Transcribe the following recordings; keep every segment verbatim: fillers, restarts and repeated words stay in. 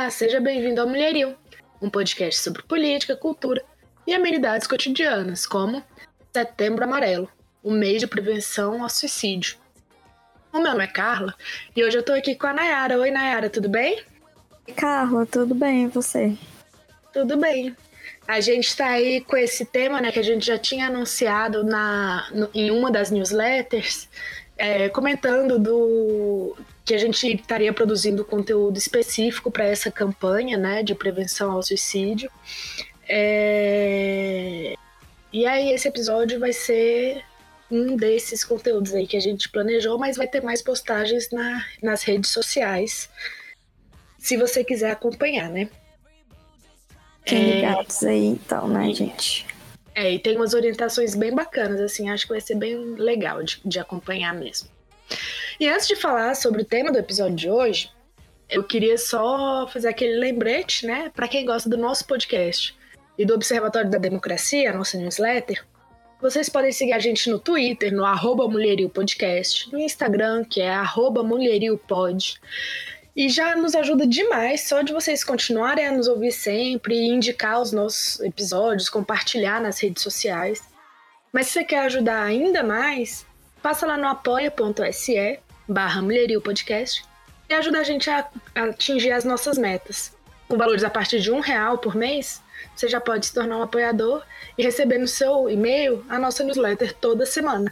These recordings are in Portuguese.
Olá, seja bem-vindo ao Mulherio, um podcast sobre política, cultura e amenidades cotidianas, como Setembro Amarelo, o mês de prevenção ao suicídio. O meu nome é Carla e hoje eu tô aqui com a Nayara. Oi, Nayara, tudo bem? Carla, tudo bem, e você? Tudo bem. A gente tá aí com esse tema, né, que a gente já tinha anunciado na, no, em uma das newsletters, é, comentando do que a gente estaria produzindo conteúdo específico para essa campanha, né, de prevenção ao suicídio. É... E aí esse episódio vai ser um desses conteúdos aí que a gente planejou, mas vai ter mais postagens na, nas redes sociais, se você quiser acompanhar, né? Fiquem ligados aí, então, né, gente? É, e tem umas orientações bem bacanas, assim, acho que vai ser bem legal de, de acompanhar mesmo. E antes de falar sobre o tema do episódio de hoje, eu queria só fazer aquele lembrete, né, para quem gosta do nosso podcast e do Observatório da Democracia, a nossa newsletter. Vocês podem seguir a gente no Twitter, no arroba Mulherio Podcast, no Instagram, que é arroba MulherioPod. E já nos ajuda demais só de vocês continuarem a nos ouvir sempre e indicar os nossos episódios, compartilhar nas redes sociais. Mas se você quer ajudar ainda mais, passa lá no apoia.se barra Mulherio Podcast e ajuda a gente a atingir as nossas metas. Com valores a partir de um real por mês, você já pode se tornar um apoiador e receber no seu e-mail a nossa newsletter toda semana.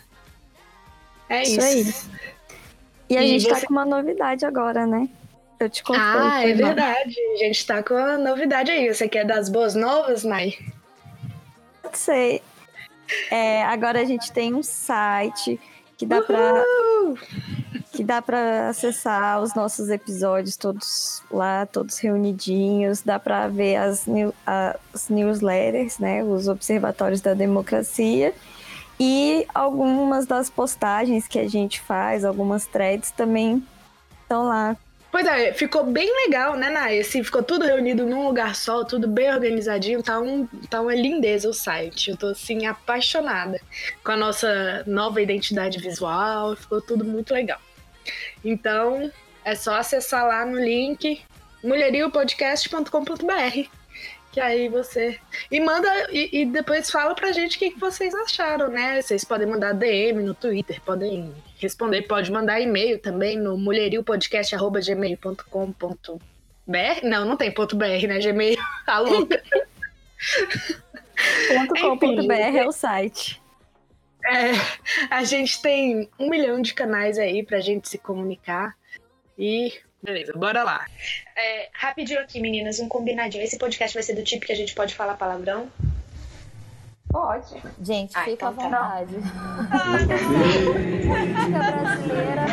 É isso. Isso aí. E a E gente você... tá com uma novidade agora, né? Eu te contei. Ah, é mal. verdade. A gente tá com a novidade aí. Você quer dar as boas novas, Nay? Pode ser. É, agora a gente tem um site que dá pra, que dá pra acessar os nossos episódios todos lá, todos reunidinhos. Dá pra ver as, new, as newsletters, né? Os observatórios da democracia. E algumas das postagens que a gente faz, algumas threads também estão lá. Pois é, ficou bem legal, né, Nay? Assim, ficou tudo reunido num lugar só, tudo bem organizadinho, tá, um, tá uma lindeza o site. Eu tô, assim, apaixonada com a nossa nova identidade visual, ficou tudo muito legal. Então, é só acessar lá no link mulherio podcast ponto com ponto b r, que aí você... E manda, e, e depois fala pra gente o que, que vocês acharam, né? Vocês podem mandar D M no Twitter, podem responder, pode mandar e-mail também no mulherio podcast arroba gmail ponto com ponto b r. Não, não tem ponto .br, né? Gmail, tá louca. .com.br é o site. É, a gente tem um milhão de canais aí pra gente se comunicar e... Beleza, bora lá. É, rapidinho aqui, meninas, um combinadinho. Esse podcast vai ser do tipo que a gente pode falar palavrão? Pode. Gente, ah, fica então à vontade. Tá. Música brasileira.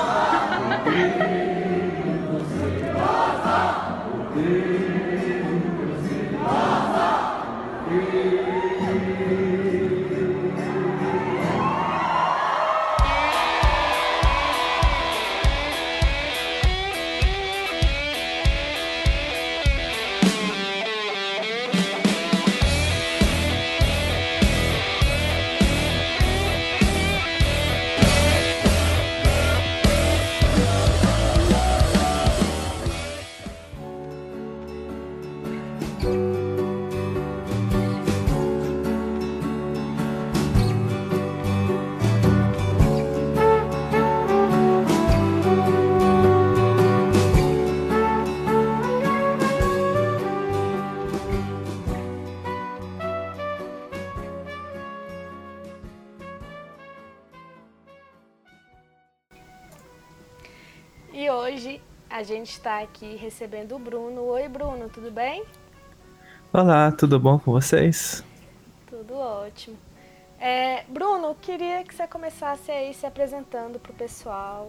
E hoje a gente está aqui recebendo o Bruno. Oi, Bruno, tudo bem? Olá, tudo bom com vocês? Tudo ótimo. É, Bruno, queria que você começasse aí se apresentando para o pessoal.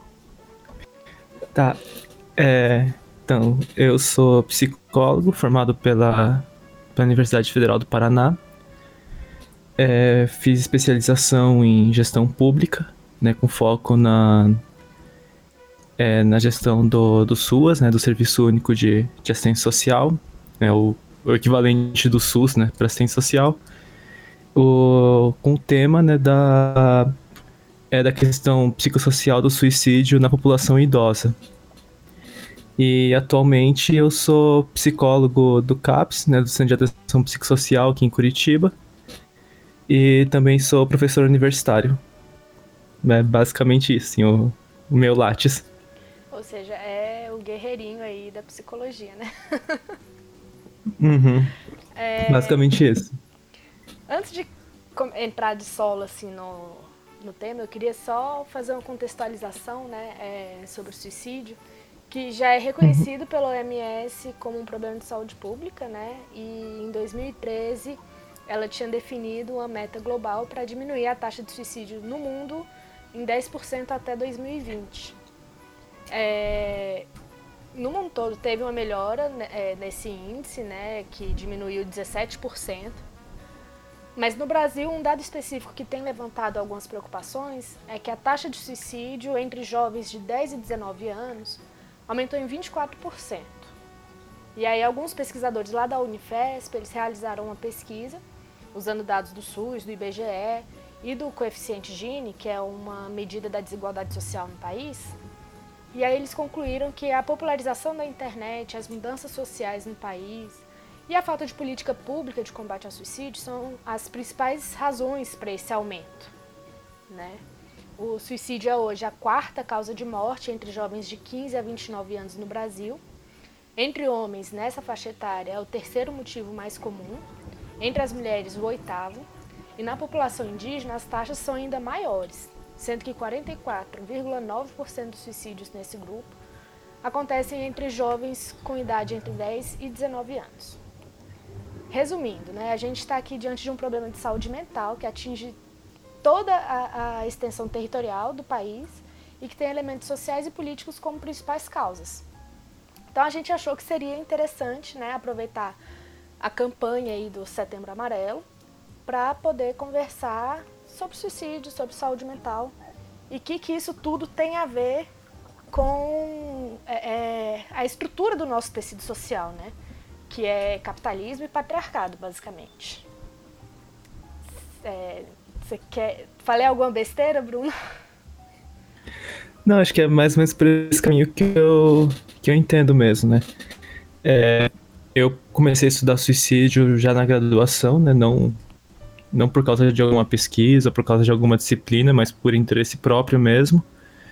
Tá, é, então, eu sou psicólogo formado pela, pela Universidade Federal do Paraná. É, fiz especialização em gestão pública, né, com foco na... É, na gestão do, do SUAS, né, do Serviço Único de, de Assistência Social, né, o, o equivalente do SUS, né, para assistência social, o, com o tema, né, da, é, da questão psicossocial do suicídio na população idosa. E atualmente eu sou psicólogo do CAPS, né, do Centro de Atenção Psicossocial aqui em Curitiba. E também sou professor universitário. É basicamente isso, assim, o, o meu Lattes. Ou seja, é o guerreirinho aí da psicologia, né? Uhum. É... Basicamente isso. Antes de entrar de solo assim, no, no tema, eu queria só fazer uma contextualização, né, é, sobre o suicídio, que já é reconhecido pela O M S como um problema de saúde pública, né? E em dois mil e treze ela tinha definido uma meta global para diminuir a taxa de suicídio no mundo em dez por cento até dois mil e vinte. É, no mundo todo teve uma melhora, né, é, nesse índice, né, que diminuiu dezessete por cento. Mas no Brasil, um dado específico que tem levantado algumas preocupações é que a taxa de suicídio entre jovens de dez e dezenove anos aumentou em vinte e quatro por cento. E aí alguns pesquisadores lá da Unifesp, eles realizaram uma pesquisa usando dados do SUS, do I B G E e do coeficiente Gini, que é uma medida da desigualdade social no país. E aí eles concluíram que a popularização da internet, as mudanças sociais no país e a falta de política pública de combate ao suicídio são as principais razões para esse aumento, né? O suicídio é hoje a quarta causa de morte entre jovens de quinze a vinte e nove anos no Brasil. Entre homens, nessa faixa etária, é o terceiro motivo mais comum. Entre as mulheres, o oitavo. E na população indígena, as taxas são ainda maiores, sendo que quarenta e quatro vírgula nove por cento dos suicídios nesse grupo acontecem entre jovens com idade entre dez e dezenove anos. Resumindo, né, a gente está aqui diante de um problema de saúde mental que atinge toda a, a extensão territorial do país e que tem elementos sociais e políticos como principais causas. Então a gente achou que seria interessante, né, aproveitar a campanha aí do Setembro Amarelo para poder conversar sobre suicídio, sobre saúde mental e o que, que isso tudo tem a ver com é, é, a estrutura do nosso tecido social, né? Que é capitalismo e patriarcado, basicamente. É, você quer... Falei alguma besteira, Bruno? Não, acho que é mais ou menos por esse caminho que eu, que eu entendo mesmo, né? É, eu comecei a estudar suicídio já na graduação, né? Não, não por causa de alguma pesquisa, por causa de alguma disciplina, mas por interesse próprio mesmo.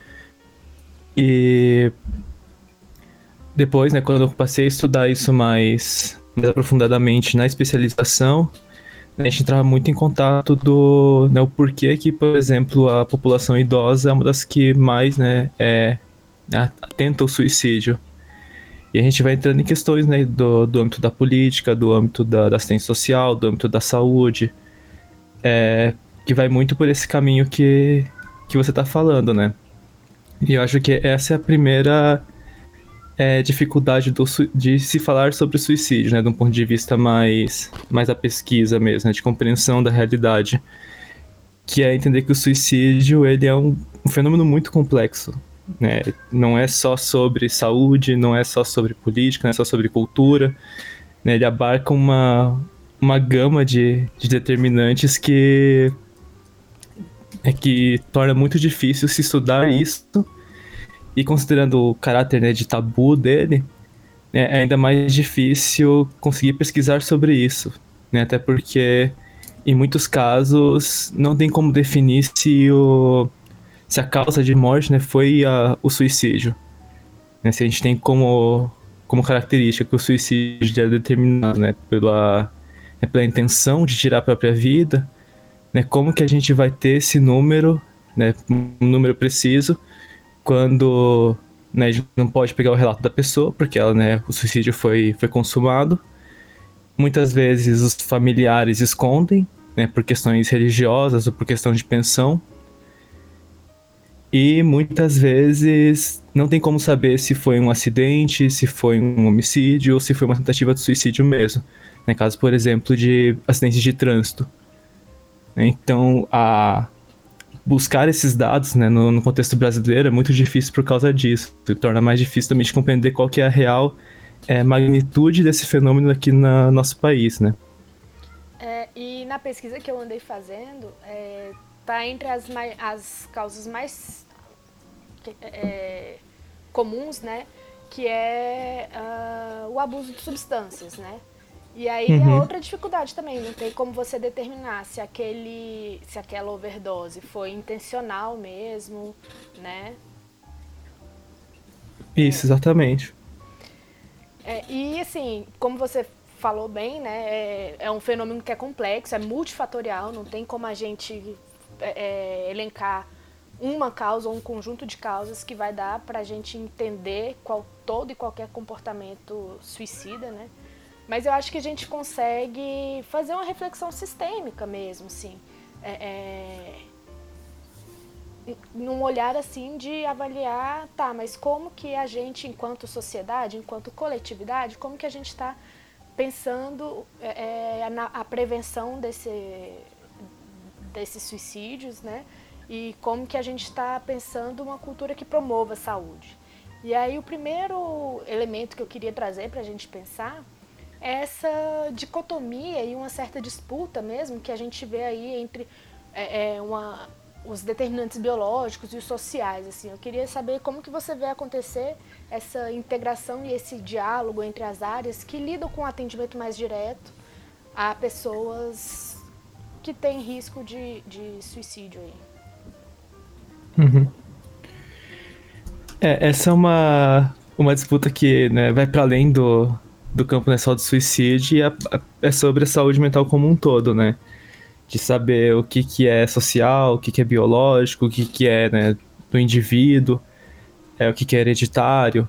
E depois, né, quando eu passei a estudar isso mais, mais aprofundadamente na especialização, a gente entrava muito em contato do, né, o porquê que, por exemplo, a população idosa é uma das que mais, né, é, atenta ao suicídio. E a gente vai entrando em questões, né, do, do âmbito da política, do âmbito da, da assistência social, do âmbito da saúde, é, que vai muito por esse caminho que, que você está falando, né? E eu acho que essa é a primeira é, dificuldade do, de se falar sobre o suicídio, né? De um ponto de vista mais, mais da pesquisa mesmo, né? De compreensão da realidade. Que é entender que o suicídio ele é um, um fenômeno muito complexo, né? Não é só sobre saúde, não é só sobre política, não é só sobre cultura, né? Ele abarca uma, uma gama de, de determinantes que... é que torna muito difícil se estudar isso, e considerando o caráter, né, de tabu dele, é ainda mais difícil conseguir pesquisar sobre isso, né, até porque em muitos casos não tem como definir se, o, se a causa de morte, né, foi a, o suicídio, né, se a gente tem como, como característica que o suicídio é determinado, né, pela, é pela intenção de tirar a própria vida, né, como que a gente vai ter esse número, né, um número preciso, quando, né, a gente não pode pegar o relato da pessoa, porque ela, né, o suicídio foi, foi consumado. Muitas vezes os familiares escondem, né, por questões religiosas ou por questão de pensão. E muitas vezes não tem como saber se foi um acidente, se foi um homicídio ou se foi uma tentativa de suicídio mesmo. Né, caso, por exemplo, de acidentes de trânsito. Então, a buscar esses dados, né, no, no contexto brasileiro é muito difícil por causa disso. Se torna mais difícil também de compreender qual que é a real é, magnitude desse fenômeno aqui no nosso país, né? É, e na pesquisa que eu andei fazendo, é, tá entre as, as causas mais é, comuns, né, que é uh, o abuso de substâncias, né? E aí Uhum. é outra dificuldade também, não tem como você determinar se, aquele, se aquela overdose foi intencional mesmo, né? Isso, exatamente. É, e assim, como você falou bem, né, é, é um fenômeno que é complexo, é multifatorial, não tem como a gente é, é, elencar uma causa ou um conjunto de causas que vai dar para a gente entender qual, todo e qualquer comportamento suicida, né? Mas eu acho que a gente consegue fazer uma reflexão sistêmica mesmo, assim, é, é, num olhar assim de avaliar, tá, mas como que a gente, enquanto sociedade, enquanto coletividade, como que a gente está pensando é, na a prevenção desse, desses suicídios, né? E como que a gente está pensando uma cultura que promova a saúde. E aí o primeiro elemento que eu queria trazer para a gente pensar é essa dicotomia e uma certa disputa mesmo que a gente vê aí entre é, é, uma, os determinantes biológicos e os sociais. Assim. Eu queria saber como que você vê acontecer essa integração e esse diálogo entre as áreas que lidam com o atendimento mais direto a pessoas que têm risco de, de suicídio aí. Uhum. É, essa é uma, uma disputa que, né, vai para além do, do campo, né, só do suicídio e é, é sobre a saúde mental como um todo, né? De saber o que, que é social, o que, que é biológico, o que, que é, né, do indivíduo, é, o que, que é hereditário.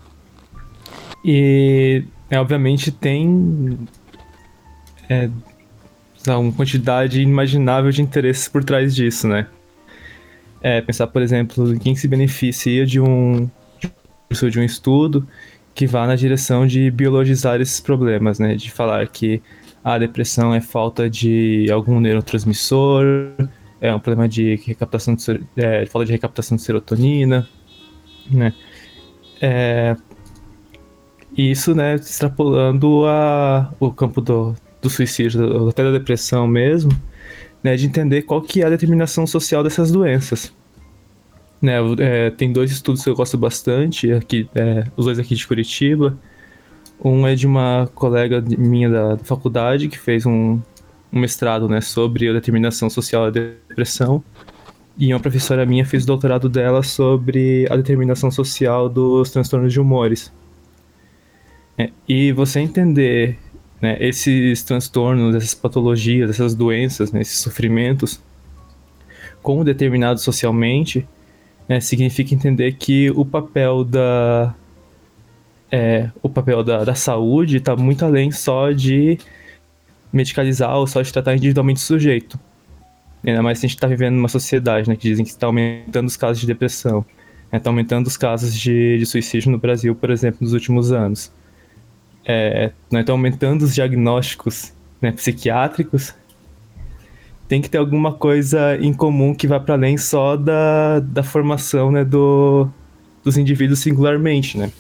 E, é, obviamente, tem é, uma quantidade inimaginável de interesses por trás disso, né? É, pensar, por exemplo, em quem se beneficia de um, de um estudo que vá na direção de biologizar esses problemas, né? De falar que a depressão é falta de algum neurotransmissor, é um problema de recaptação de, é, falta de recaptação de serotonina, né? É, isso, né, extrapolando a, o campo do, do suicídio, até da depressão mesmo, né, de entender qual que é a determinação social dessas doenças. Né, é, tem dois estudos que eu gosto bastante, aqui, é, os dois aqui de Curitiba. Um é de uma colega minha da, da faculdade que fez um, um mestrado, né, sobre a determinação social da depressão. E uma professora minha fez o doutorado dela sobre a determinação social dos transtornos de humores. É, e você entender, né, esses transtornos, essas patologias, essas doenças, né, esses sofrimentos, como determinados socialmente, né, significa entender que o papel da, é, o papel da, da saúde está muito além só de medicalizar ou só de tratar individualmente o sujeito. Ainda mais se a gente está vivendo numa sociedade, né, que dizem que está aumentando os casos de depressão, está, né, aumentando os casos de, de suicídio no Brasil, por exemplo, nos últimos anos. É, né, tá aumentando os diagnósticos, né, psiquiátricos. Tem que ter alguma coisa em comum que vá para além só da, da formação, né, do, dos indivíduos singularmente, né?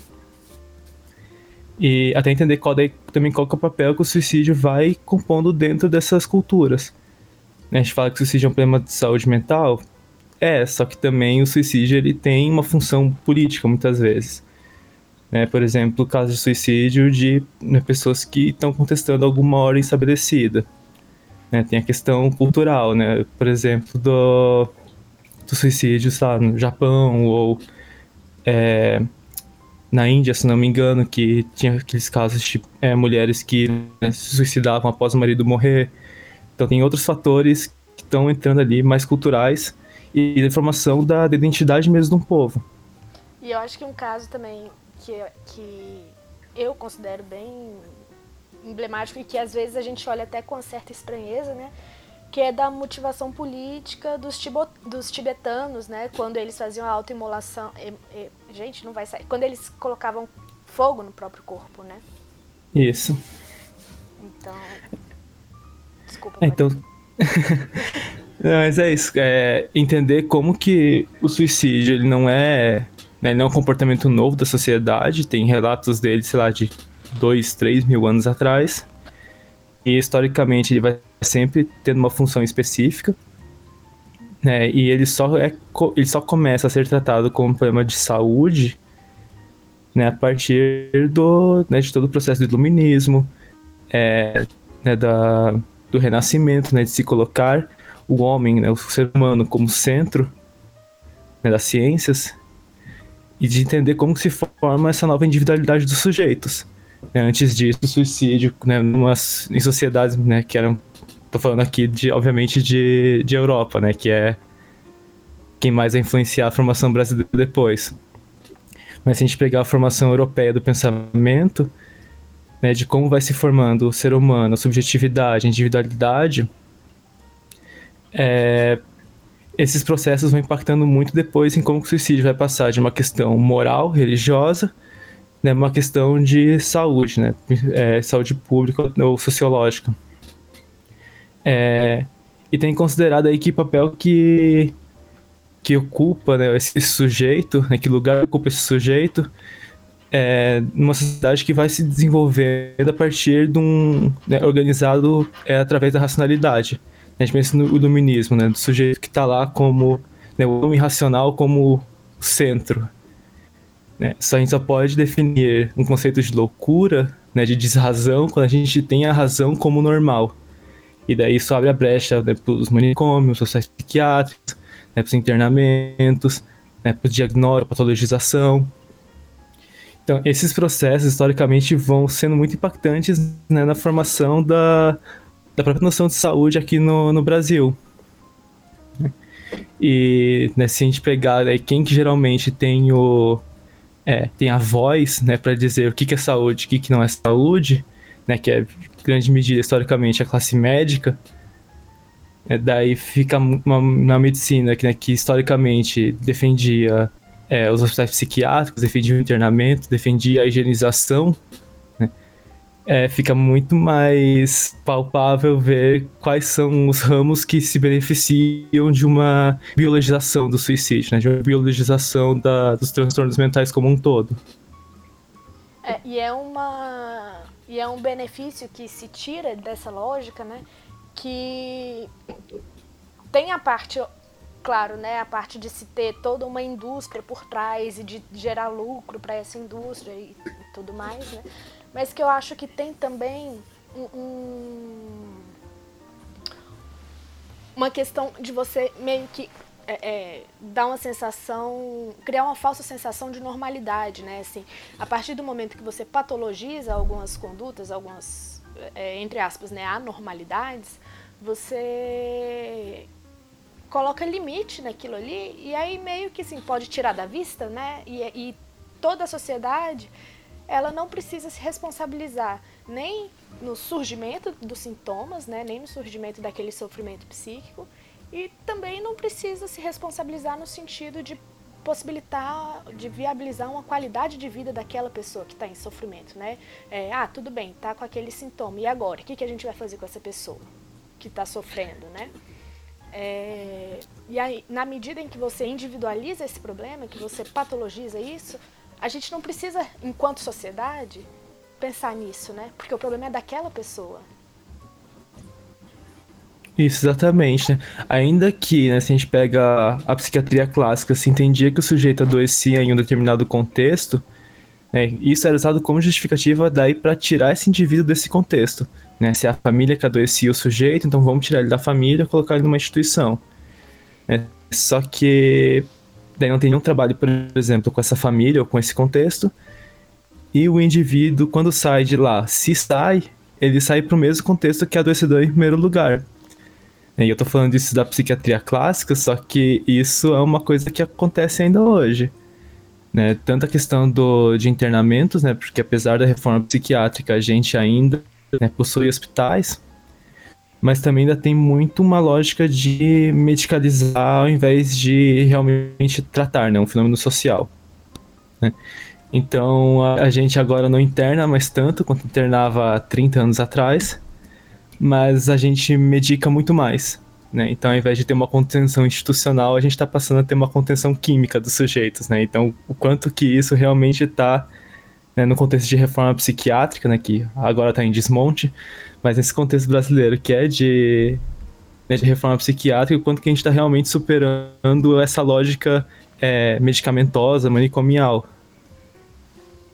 E até entender qual daí, também qual que é o papel que o suicídio vai compondo dentro dessas culturas. Né, a gente fala que o suicídio é um problema de saúde mental, é, só que também o suicídio ele tem uma função política muitas vezes. Né, por exemplo, o caso de suicídio de, né, pessoas que estão contestando alguma ordem estabelecida. Né, tem a questão cultural, né, por exemplo, do, do suicídio, sabe, no Japão ou é, na Índia, se não me engano, que tinha aqueles casos de é, mulheres que, né, se suicidavam após o marido morrer. Então tem outros fatores que estão entrando ali, mais culturais, e da formação da, da identidade mesmo de um povo. E eu acho que um caso também que, que eu considero bem emblemático e que às vezes a gente olha até com uma certa estranheza, né? Que é da motivação política dos, tibo, dos tibetanos, né? Quando eles faziam a autoimolação... E, e, gente, não vai sair. Quando eles colocavam fogo no próprio corpo, né? Isso. Então... Desculpa. Então... Não, mas é isso. É entender como que o suicídio ele não é... Né, ele não é um comportamento novo da sociedade. Tem relatos dele, sei lá, de dois, três mil anos atrás. E historicamente ele vai sempre tendo uma função específica, né? E ele só, é, ele só começa a ser tratado como um problema de saúde né, a partir do, né, de todo o processo do iluminismo, é, né, da, do renascimento, né, de se colocar o homem, né, o ser humano como centro, né, das ciências, e de entender como se forma essa nova individualidade dos sujeitos. Né, antes disso, o suicídio, né, numas, em sociedades, né, que eram, tô falando aqui, de, obviamente, de, de Europa, né, que é quem mais vai influenciar a formação brasileira depois. Mas se a gente pegar a formação europeia do pensamento, né, de como vai se formando o ser humano, a subjetividade, a individualidade, é, esses processos vão impactando muito depois em como o suicídio vai passar de uma questão moral, religiosa, né, uma questão de saúde, né, é, saúde pública ou sociológica. É, e tem considerado aí que papel que, que ocupa, né, esse sujeito, né, que lugar ocupa esse sujeito é, numa sociedade que vai se desenvolvendo a partir de um, né, organizado é, através da racionalidade. A gente pensa no iluminismo, né, do sujeito que está lá como, né, o homem racional como centro. Né? Só a gente só pode definir um conceito de loucura, né, de desrazão, quando a gente tem a razão como normal. E daí isso abre a brecha, né, para os manicômios, sociais psiquiátricos, né, para os internamentos, né, para o diagnóstico, patologização. Então, esses processos, historicamente, vão sendo muito impactantes, né, na formação da, da própria noção de saúde aqui no, no Brasil. E, né, se a gente pegar, né, quem que geralmente tem, o, é, tem a voz, né, para dizer o que, que é saúde e o que, que não é saúde, né, que é, em grande medida, historicamente, a classe médica, né, daí fica uma, uma medicina que, né, que historicamente defendia É, os hospitais psiquiátricos, defendia o internamento, defendia a higienização, né? É, fica muito mais palpável ver quais são os ramos que se beneficiam de uma biologização do suicídio, né? De uma biologização da, dos transtornos mentais como um todo. É, e, é uma, e é um benefício que se tira dessa lógica, né? Que tem a parte... Claro, né, a parte de se ter toda uma indústria por trás e de gerar lucro para essa indústria e, e tudo mais, né? Mas que eu acho que tem também um, um, uma questão de você meio que é, é, dar uma sensação, criar uma falsa sensação de normalidade, né? Assim, a partir do momento que você patologiza algumas condutas, algumas, é, entre aspas, né, anormalidades, você coloca limite naquilo ali, e aí meio que assim, pode tirar da vista, né? E, e toda a sociedade, ela não precisa se responsabilizar nem no surgimento dos sintomas, né? Nem no surgimento daquele sofrimento psíquico, e também não precisa se responsabilizar no sentido de possibilitar, de viabilizar uma qualidade de vida daquela pessoa que está em sofrimento, né? É, ah, tudo bem, tá com aquele sintoma, e agora? O que, que a gente vai fazer com essa pessoa que está sofrendo, né? É, e aí, na medida em que você individualiza esse problema, que você patologiza isso, a gente não precisa, enquanto sociedade, pensar nisso, né? Porque o problema é daquela pessoa. Isso, exatamente, né? Ainda que, né, se a gente pega a psiquiatria clássica, se entendia que o sujeito adoecia em um determinado contexto, né, isso era usado como justificativa daí para tirar esse indivíduo desse contexto. Né, se é a família que adoecia o sujeito, então vamos tirar ele da família e colocar ele numa instituição. Né, só que daí não tem nenhum trabalho, por exemplo, com essa família ou com esse contexto, e o indivíduo, quando sai de lá, se sai, ele sai para o mesmo contexto que a adoecedor em primeiro lugar. E eu tô falando disso da psiquiatria clássica, só que isso é uma coisa que acontece ainda hoje. Né, tanto a questão do, de internamentos, né, porque apesar da reforma psiquiátrica, a gente ainda, né, possui hospitais, mas também ainda tem muito uma lógica de medicalizar ao invés de realmente tratar, né, um fenômeno social. Né. Então a, a gente agora não interna mais tanto quanto internava há trinta anos atrás, mas a gente medica muito mais. Né? Então, ao invés de ter uma contenção institucional, a gente está passando a ter uma contenção química dos sujeitos. Né? Então, o quanto que isso realmente está, né, no contexto de reforma psiquiátrica, né, que agora está em desmonte, mas nesse contexto brasileiro que é de, né, de reforma psiquiátrica, o quanto que a gente está realmente superando essa lógica é, medicamentosa, manicomial.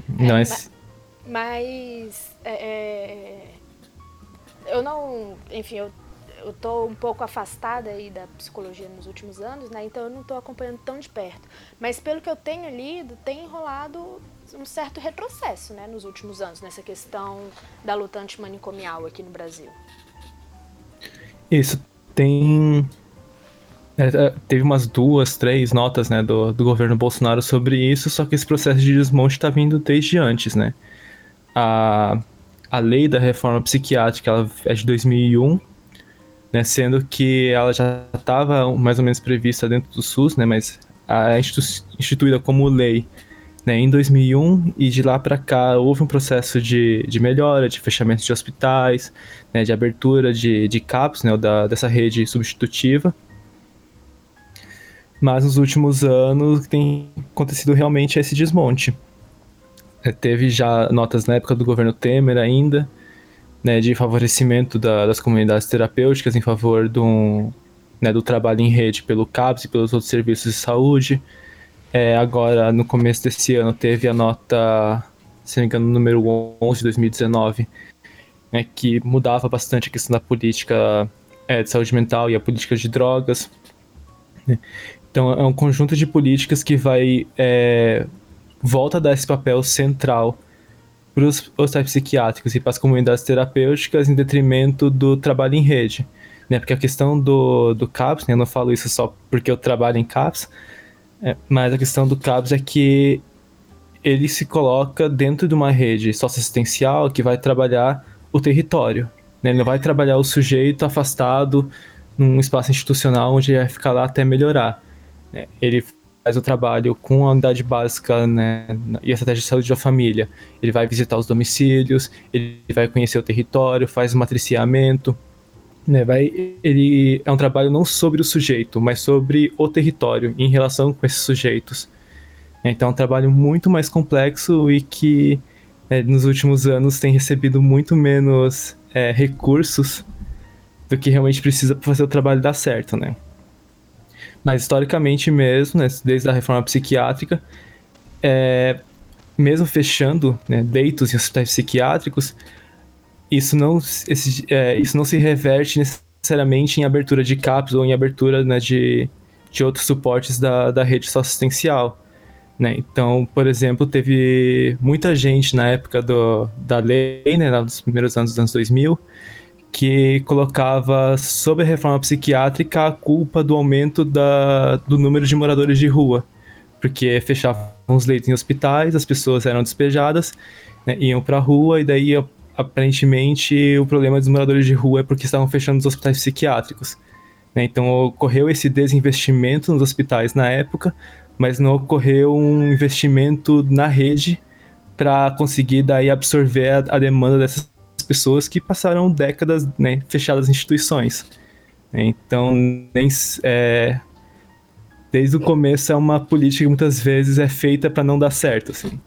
Nós... Mas é, é, eu não, enfim, eu, eu tô um pouco afastada aí da psicologia nos últimos anos, né? Então eu não tô acompanhando tão de perto. Mas pelo que eu tenho lido, tem rolado um certo retrocesso, né, nos últimos anos, nessa questão da luta antimanicomial aqui no Brasil. Isso, tem... É, teve umas duas, três notas, né, do, do governo Bolsonaro sobre isso, só que esse processo de desmonte tá vindo desde antes, né? A, a lei da reforma psiquiátrica ela é de dois mil e um, né, sendo que ela já estava mais ou menos prevista dentro do SUS, né, mas a institu- instituída como lei, né, em dois mil e um, e de lá para cá houve um processo de, de melhora, de fechamento de hospitais, né, de abertura de, de C A Ps, né, da, dessa rede substitutiva. Mas nos últimos anos tem acontecido realmente esse desmonte. É, teve já notas na época do governo Temer ainda, né, de favorecimento da, das comunidades terapêuticas em favor do, né, do trabalho em rede pelo C A P S e pelos outros serviços de saúde. É, agora, no começo desse ano, teve a nota, se não me engano, número onze de dois mil e dezenove, né, que mudava bastante a questão da política é, de saúde mental e a política de drogas, né. Então, é um conjunto de políticas que vai... É, volta a dar esse papel central para os hospitais psiquiátricos e para as comunidades terapêuticas em detrimento do trabalho em rede, né? Porque a questão do, do C A P S, né? Eu não falo isso só porque eu trabalho em C A P S, é, mas a questão do C A P S é que ele se coloca dentro de uma rede socioassistencial que vai trabalhar o território, né? Ele não vai trabalhar o sujeito afastado num espaço institucional onde ele vai ficar lá até melhorar, né? Ele faz o trabalho com a unidade básica, né, e a estratégia de saúde da família. Ele vai visitar os domicílios, ele vai conhecer o território, faz o matriciamento, né, vai, ele é um trabalho não sobre o sujeito, mas sobre o território, em relação com esses sujeitos. Então é um trabalho muito mais complexo e que é, nos últimos anos tem recebido muito menos é, recursos do que realmente precisa para fazer o trabalho dar certo, né? Mas historicamente mesmo, né, desde a reforma psiquiátrica, é, mesmo fechando, né, leitos em hospitais psiquiátricos, isso não, esse, é, isso não se reverte necessariamente em abertura de C A Ps ou em abertura, né, de, de outros suportes da, da rede socioassistencial, né? Então, por exemplo, teve muita gente na época do, da lei, né, nos primeiros anos dos anos dois mil, que colocava sobre a reforma psiquiátrica a culpa do aumento da, do número de moradores de rua, porque fechavam os leitos em hospitais, as pessoas eram despejadas, né, iam para a rua, e daí, aparentemente, o problema dos moradores de rua é porque estavam fechando os hospitais psiquiátricos, né? Então, ocorreu esse desinvestimento nos hospitais na época, mas não ocorreu um investimento na rede para conseguir daí absorver a, a demanda dessas pessoas que passaram décadas, né, fechadas em instituições. Então, nem, é, desde o começo é uma política que muitas vezes é feita para não dar certo, assim.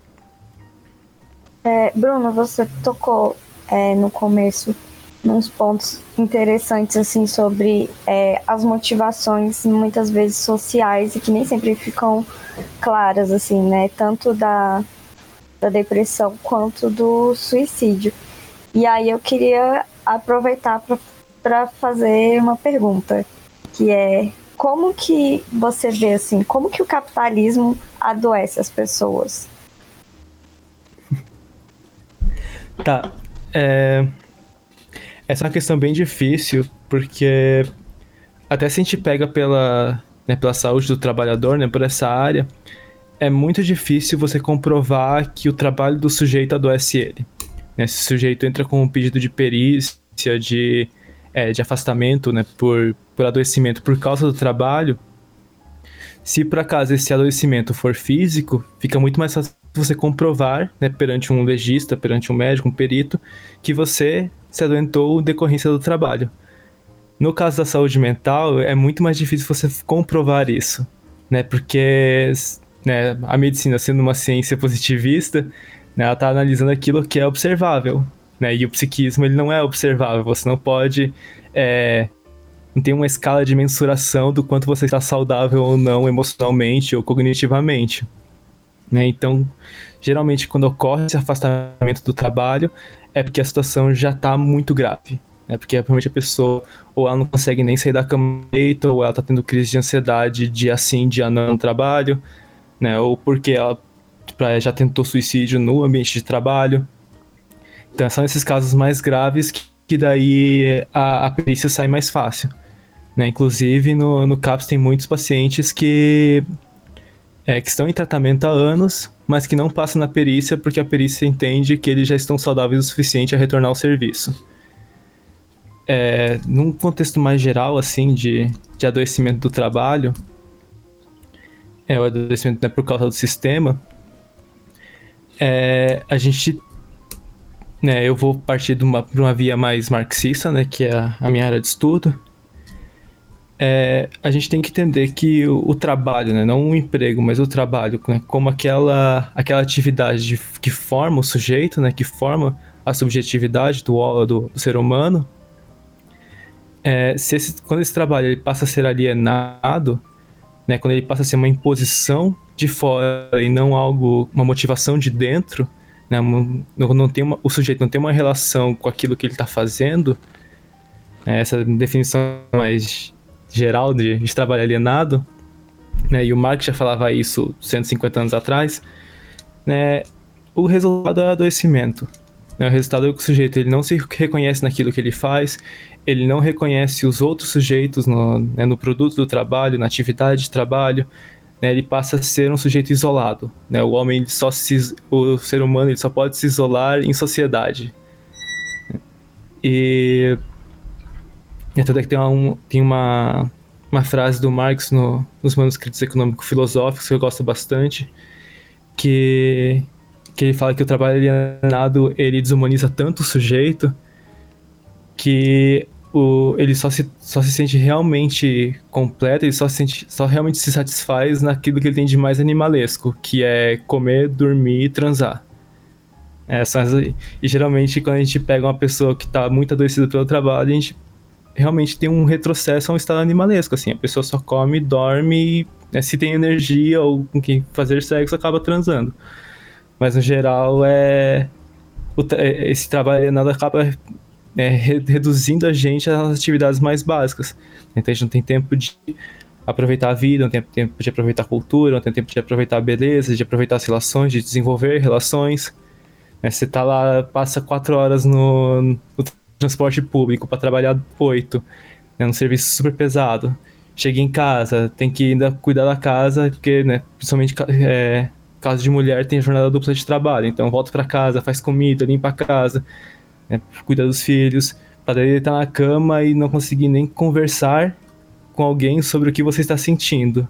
É, Bruno, você tocou é, no começo nos pontos interessantes assim sobre é, as motivações muitas vezes sociais e que nem sempre ficam claras, assim, né, tanto da, da depressão quanto do suicídio. E aí eu queria aproveitar para fazer uma pergunta, que é: como que você vê, assim, como que o capitalismo adoece as pessoas? Tá, é... essa é uma questão bem difícil, porque até se a gente pega pela, né, pela saúde do trabalhador, né, por essa área, é muito difícil você comprovar que o trabalho do sujeito adoece ele. Esse sujeito entra com um pedido de perícia, de, é, de afastamento, né, por, por adoecimento por causa do trabalho. Se por acaso esse adoecimento for físico, fica muito mais fácil você comprovar, né, perante um legista, perante um médico, um perito, que você se adoentou em decorrência do trabalho. No caso da saúde mental, é muito mais difícil você comprovar isso, né, porque, né, a medicina, sendo uma ciência positivista, ela está analisando aquilo que é observável, né? E o psiquismo ele não é observável. Você não pode é, ter uma escala de mensuração do quanto você está saudável ou não emocionalmente ou cognitivamente. né? Então, geralmente, quando ocorre esse afastamento do trabalho, é porque a situação já está muito grave. É porque provavelmente a pessoa, ou ela não consegue nem sair da cama direito, ou ela está tendo crise de ansiedade dia sim, dia não no trabalho, né? Ou porque ela já tentou suicídio no ambiente de trabalho. Então, são esses casos mais graves que, que daí a, a perícia sai mais fácil, né? Inclusive, no, no CAPS tem muitos pacientes que, é, que estão em tratamento há anos, mas que não passam na perícia porque a perícia entende que eles já estão saudáveis o suficiente a retornar ao serviço. É, num contexto mais geral, assim, de, de adoecimento do trabalho, é, o adoecimento não é por causa do sistema, é, a gente, né, eu vou partir de uma, de uma via mais marxista, né, que é a, a minha área de estudo. É, a gente tem que entender que o, o trabalho, né, não o emprego, mas o trabalho, né, como aquela, aquela atividade de, que forma o sujeito, né, que forma a subjetividade do, do, do ser humano. É, se esse, quando esse trabalho ele passa a ser alienado, né, quando ele passa a ser uma imposição de fora e não algo, uma motivação de dentro, né, não, não tem uma, o sujeito não tem uma relação com aquilo que ele está fazendo, né, essa definição mais geral de, de trabalho alienado, né, e o Marx já falava isso cento e cinquenta anos atrás, né, o resultado é o adoecimento. Né, o resultado é que o sujeito ele não se reconhece naquilo que ele faz, ele não reconhece os outros sujeitos no, né, no produto do trabalho, na atividade de trabalho, né, ele passa a ser um sujeito isolado. Né, o homem, ele só se, o ser humano, ele só pode se isolar em sociedade. E, e até que tem, uma, tem uma, uma frase do Marx no, nos manuscritos econômico-filosóficos que eu gosto bastante, que, que ele fala que o trabalho alienado, ele desumaniza tanto o sujeito que O, ele só se, só se sente realmente completo, ele só, se sente, só realmente se satisfaz naquilo que ele tem de mais animalesco, que é comer, dormir e transar. É, só, e geralmente quando a gente pega uma pessoa que está muito adoecida pelo trabalho, a gente realmente tem um retrocesso a um estado animalesco, assim, a pessoa só come, dorme, né, se tem energia ou com quem fazer sexo, acaba transando. Mas no geral, é, o, esse trabalho nada acaba... É, reduzindo a gente às atividades mais básicas. Então a gente não tem tempo de aproveitar a vida, não tem tempo de aproveitar a cultura, não tem tempo de aproveitar a beleza, de aproveitar as relações, de desenvolver relações. É, você tá lá, passa quatro horas no, no transporte público para trabalhar oito, né, num serviço super pesado. Chega em casa, tem que ainda cuidar da casa, porque, né, principalmente é, caso de mulher tem jornada dupla de trabalho. Então volta para casa, faz comida, limpa a casa, né, cuida dos filhos, para daí ele estar na cama e não conseguir nem conversar com alguém sobre o que você está sentindo.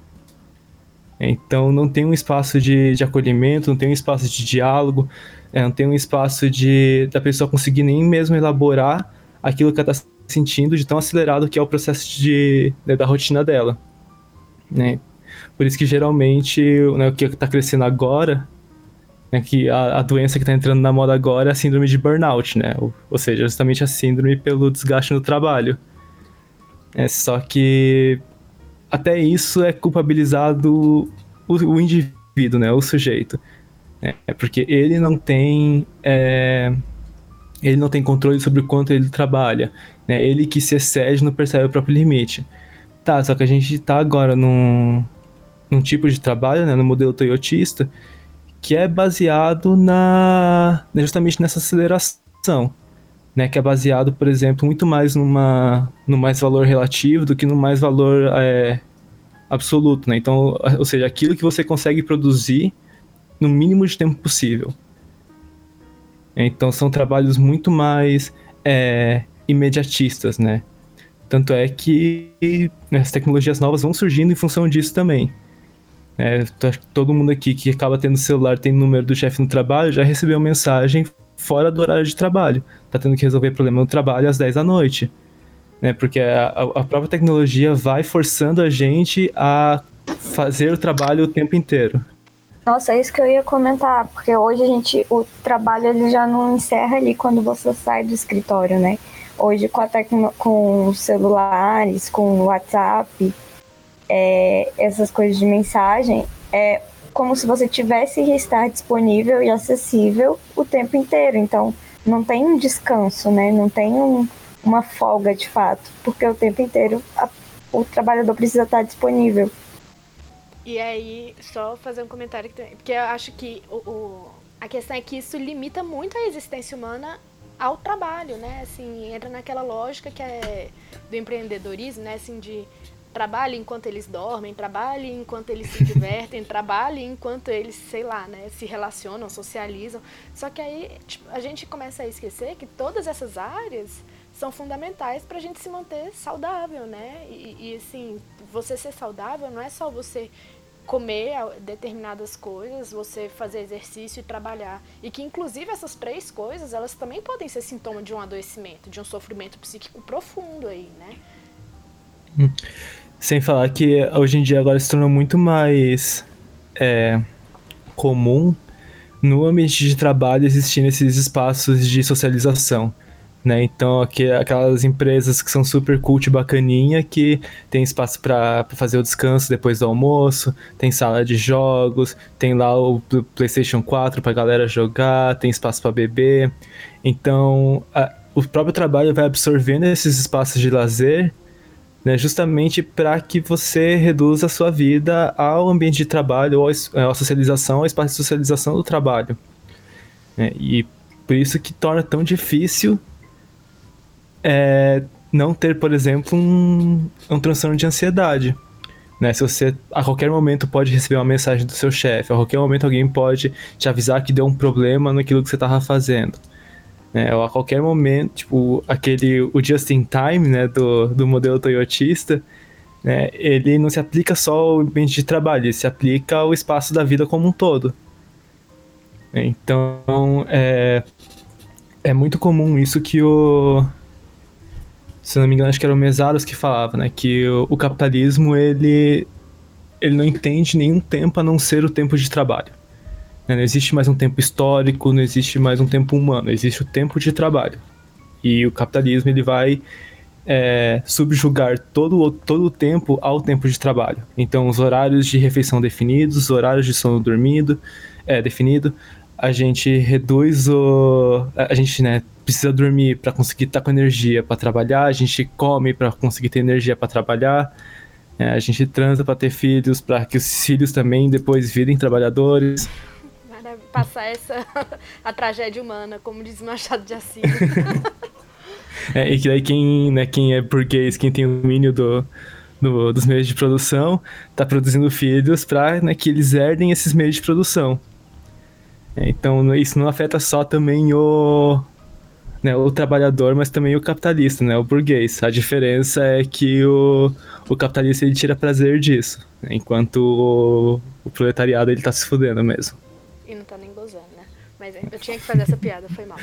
Então não tem um espaço de, de acolhimento, não tem um espaço de diálogo, é, não tem um espaço de da pessoa conseguir nem mesmo elaborar aquilo que ela está sentindo, de tão acelerado que é o processo de, né, da rotina dela. Né? Por isso que geralmente, né, o que está crescendo agora, né, que a, a doença que está entrando na moda agora é a síndrome de burnout, né? Ou, ou seja, justamente a síndrome pelo desgaste no trabalho. É só que até isso é culpabilizado o, o indivíduo, né? O sujeito. É, é porque ele não tem é, ele não tem controle sobre o quanto ele trabalha, né? Ele que se excede não percebe o próprio limite. Tá, só que a gente está agora num, num tipo de trabalho, né? No modelo toyotista, que é baseado na, justamente nessa aceleração, né, que é baseado, por exemplo, muito mais numa, no mais valor relativo do que no mais valor é, absoluto, né? Então, ou seja, aquilo que você consegue produzir no mínimo de tempo possível. Então, são trabalhos muito mais é, imediatistas, né? Tanto é que as tecnologias novas vão surgindo em função disso também. É, todo mundo aqui que acaba tendo celular, tem número do chefe no trabalho, já recebeu mensagem fora do horário de trabalho. Tá tendo que resolver problema no trabalho às dez da noite. Né, porque a, a própria tecnologia vai forçando a gente a fazer o trabalho o tempo inteiro. Nossa, é isso que eu ia comentar, porque hoje a gente, o trabalho ele já não encerra ali quando você sai do escritório, né? Hoje com, a tecno, com os celulares, com o WhatsApp, é, essas coisas de mensagem, é, como se você tivesse que estar disponível e acessível o tempo inteiro. Então, não tem um descanso, né? Não tem um, uma folga de fato, porque o tempo inteiro a, o trabalhador precisa estar disponível. E aí, só fazer um comentário, que, porque eu acho que o, o, a questão é que isso limita muito a existência humana ao trabalho, né? Assim, entra naquela lógica que é do empreendedorismo, né? Assim, de trabalhe enquanto eles dormem, trabalhe enquanto eles se divertem, trabalhe enquanto eles, sei lá, né, se relacionam, socializam. Só que aí tipo, a gente começa a esquecer que todas essas áreas são fundamentais para a gente se manter saudável, né? E, e assim, você ser saudável não é só você comer determinadas coisas, você fazer exercício e trabalhar. E que, inclusive, essas três coisas, elas também podem ser sintoma de um adoecimento, de um sofrimento psíquico profundo aí, né? Hum. Sem falar que hoje em dia agora se tornou muito mais é, comum no ambiente de trabalho existir esses espaços de socialização, né? Então aqui, aquelas empresas que são super cult bacaninha, que tem espaço para fazer o descanso depois do almoço, tem sala de jogos, tem lá o PlayStation quatro pra galera jogar, tem espaço para beber. Então a, o próprio trabalho vai absorvendo esses espaços de lazer, né, justamente para que você reduza a sua vida ao ambiente de trabalho, ou à socialização, ao espaço de socialização do trabalho. Né, e por isso que torna tão difícil é, não ter, por exemplo, um, um transtorno de ansiedade. Né, se você a qualquer momento pode receber uma mensagem do seu chefe, a qualquer momento alguém pode te avisar que deu um problema naquilo que você estava fazendo. É, ou a qualquer momento, tipo, aquele, o just in time, né, do, do modelo toyotista, né, ele não se aplica só ao ambiente de trabalho, ele se aplica ao espaço da vida como um todo. Então, é, é muito comum isso que o... Se eu não me engano, acho que era o Mesaros que falava, né, que o, o capitalismo, ele, ele não entende nenhum tempo a não ser o tempo de trabalho. Não existe mais um tempo histórico, não existe mais um tempo humano, existe o tempo de trabalho. E o capitalismo ele vai é, subjugar todo, todo o tempo ao tempo de trabalho. Então, os horários de refeição definidos, os horários de sono dormido, é, definido, a gente reduz o... A gente né, precisa dormir para conseguir estar com energia para trabalhar, a gente come para conseguir ter energia para trabalhar, é, a gente transa para ter filhos, para que os filhos também depois virem trabalhadores. Passar essa a tragédia humana, como diz Machado de Assis. É, e que daí quem, né, quem é burguês, quem tem o domínio do, do, dos meios de produção, tá produzindo filhos para né, que eles herdem esses meios de produção. É, então isso não afeta só também o, né, o trabalhador, mas também o capitalista, né, o burguês. A diferença é que o, o capitalista ele tira prazer disso, né, enquanto o, o proletariado ele tá se fudendo mesmo. E não tá nem gozando, né? Mas eu tinha que fazer essa piada, foi mal.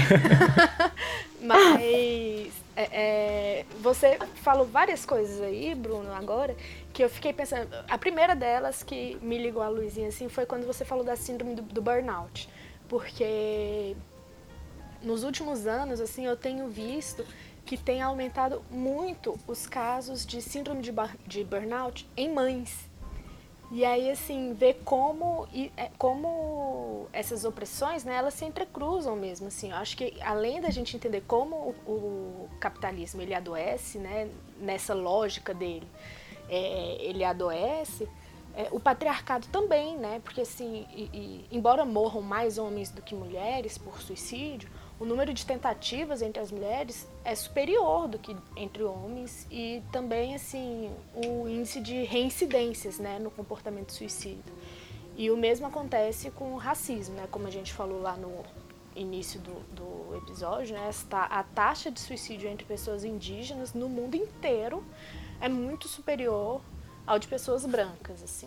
Mas é, é, você falou várias coisas aí, Bruno, agora, que eu fiquei pensando. A primeira delas que me ligou a luzinha assim foi quando você falou da síndrome do, do burnout. Porque nos últimos anos, assim, eu tenho visto que tem aumentado muito os casos de síndrome de, de burnout em mães. E aí, assim, ver como, como essas opressões, né, elas se entrecruzam mesmo, assim. Eu acho que, além da gente entender como o, o capitalismo, ele adoece, né, nessa lógica dele, é, ele adoece, é, o patriarcado também, né, porque, assim, e, e, embora morram mais homens do que mulheres por suicídio, o número de tentativas entre as mulheres é superior do que entre homens e também, assim, o índice de reincidências, né, no comportamento suicida. E o mesmo acontece com o racismo, né, como a gente falou lá no início do, do episódio, né, a taxa de suicídio entre pessoas indígenas no mundo inteiro é muito superior ao de pessoas brancas, assim.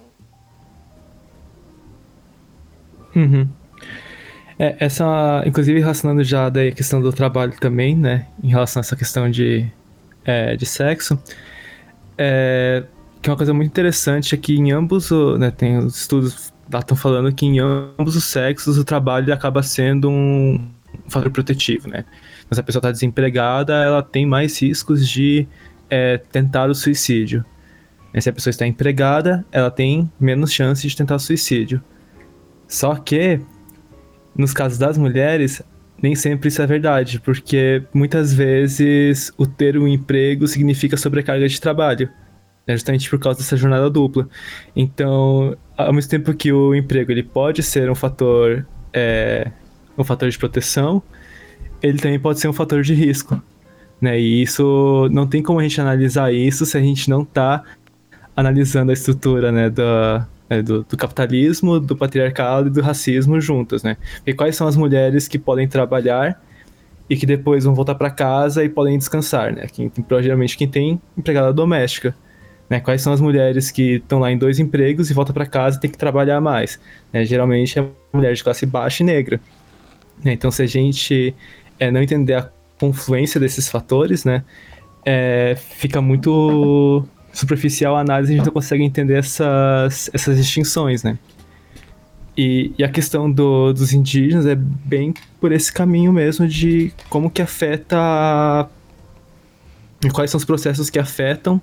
Uhum. É, essa, inclusive relacionando já daí a questão do trabalho também, né, em relação a essa questão de, é, de sexo, é, que é uma coisa muito interessante é que em ambos, né, tem os estudos lá estão falando que em ambos os sexos o trabalho acaba sendo um fator protetivo, né, então se a pessoa está desempregada, ela tem mais riscos de é, tentar o suicídio, Se a pessoa está empregada, ela tem menos chance de tentar suicídio. Só que, nos casos das mulheres, nem sempre isso é verdade, porque muitas vezes o ter um emprego significa sobrecarga de trabalho, né? Justamente por causa dessa jornada dupla. Então, ao mesmo tempo que o emprego ele pode ser um fator, é, um fator de proteção, ele também pode ser um fator de risco, né? E isso, não tem como a gente analisar isso se a gente não está analisando a estrutura, né, da, é, do, do capitalismo, do patriarcado e do racismo juntas, né? E quais são as mulheres que podem trabalhar e que depois vão voltar para casa e podem descansar, né? Quem, geralmente quem tem empregada doméstica, né? Quais são as mulheres que estão lá em dois empregos e voltam para casa e tem que trabalhar mais, né? Geralmente é mulher de classe baixa e negra, né? Então, se a gente é, não entender a confluência desses fatores, né, é, fica muito superficial a análise, a gente não consegue entender essas, essas distinções, né? E, e a questão do, dos indígenas é bem por esse caminho mesmo de como que afeta, e quais são os processos que afetam